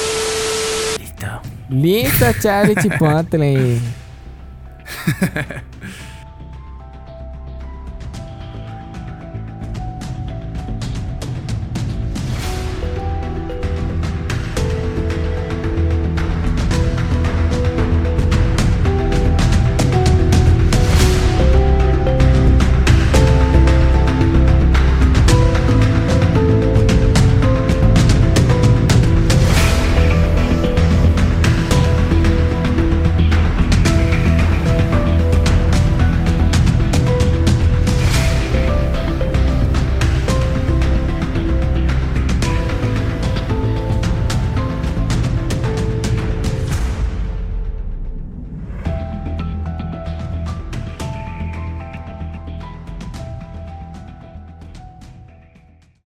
Speaker 1: Listo, Charlie Chipotle.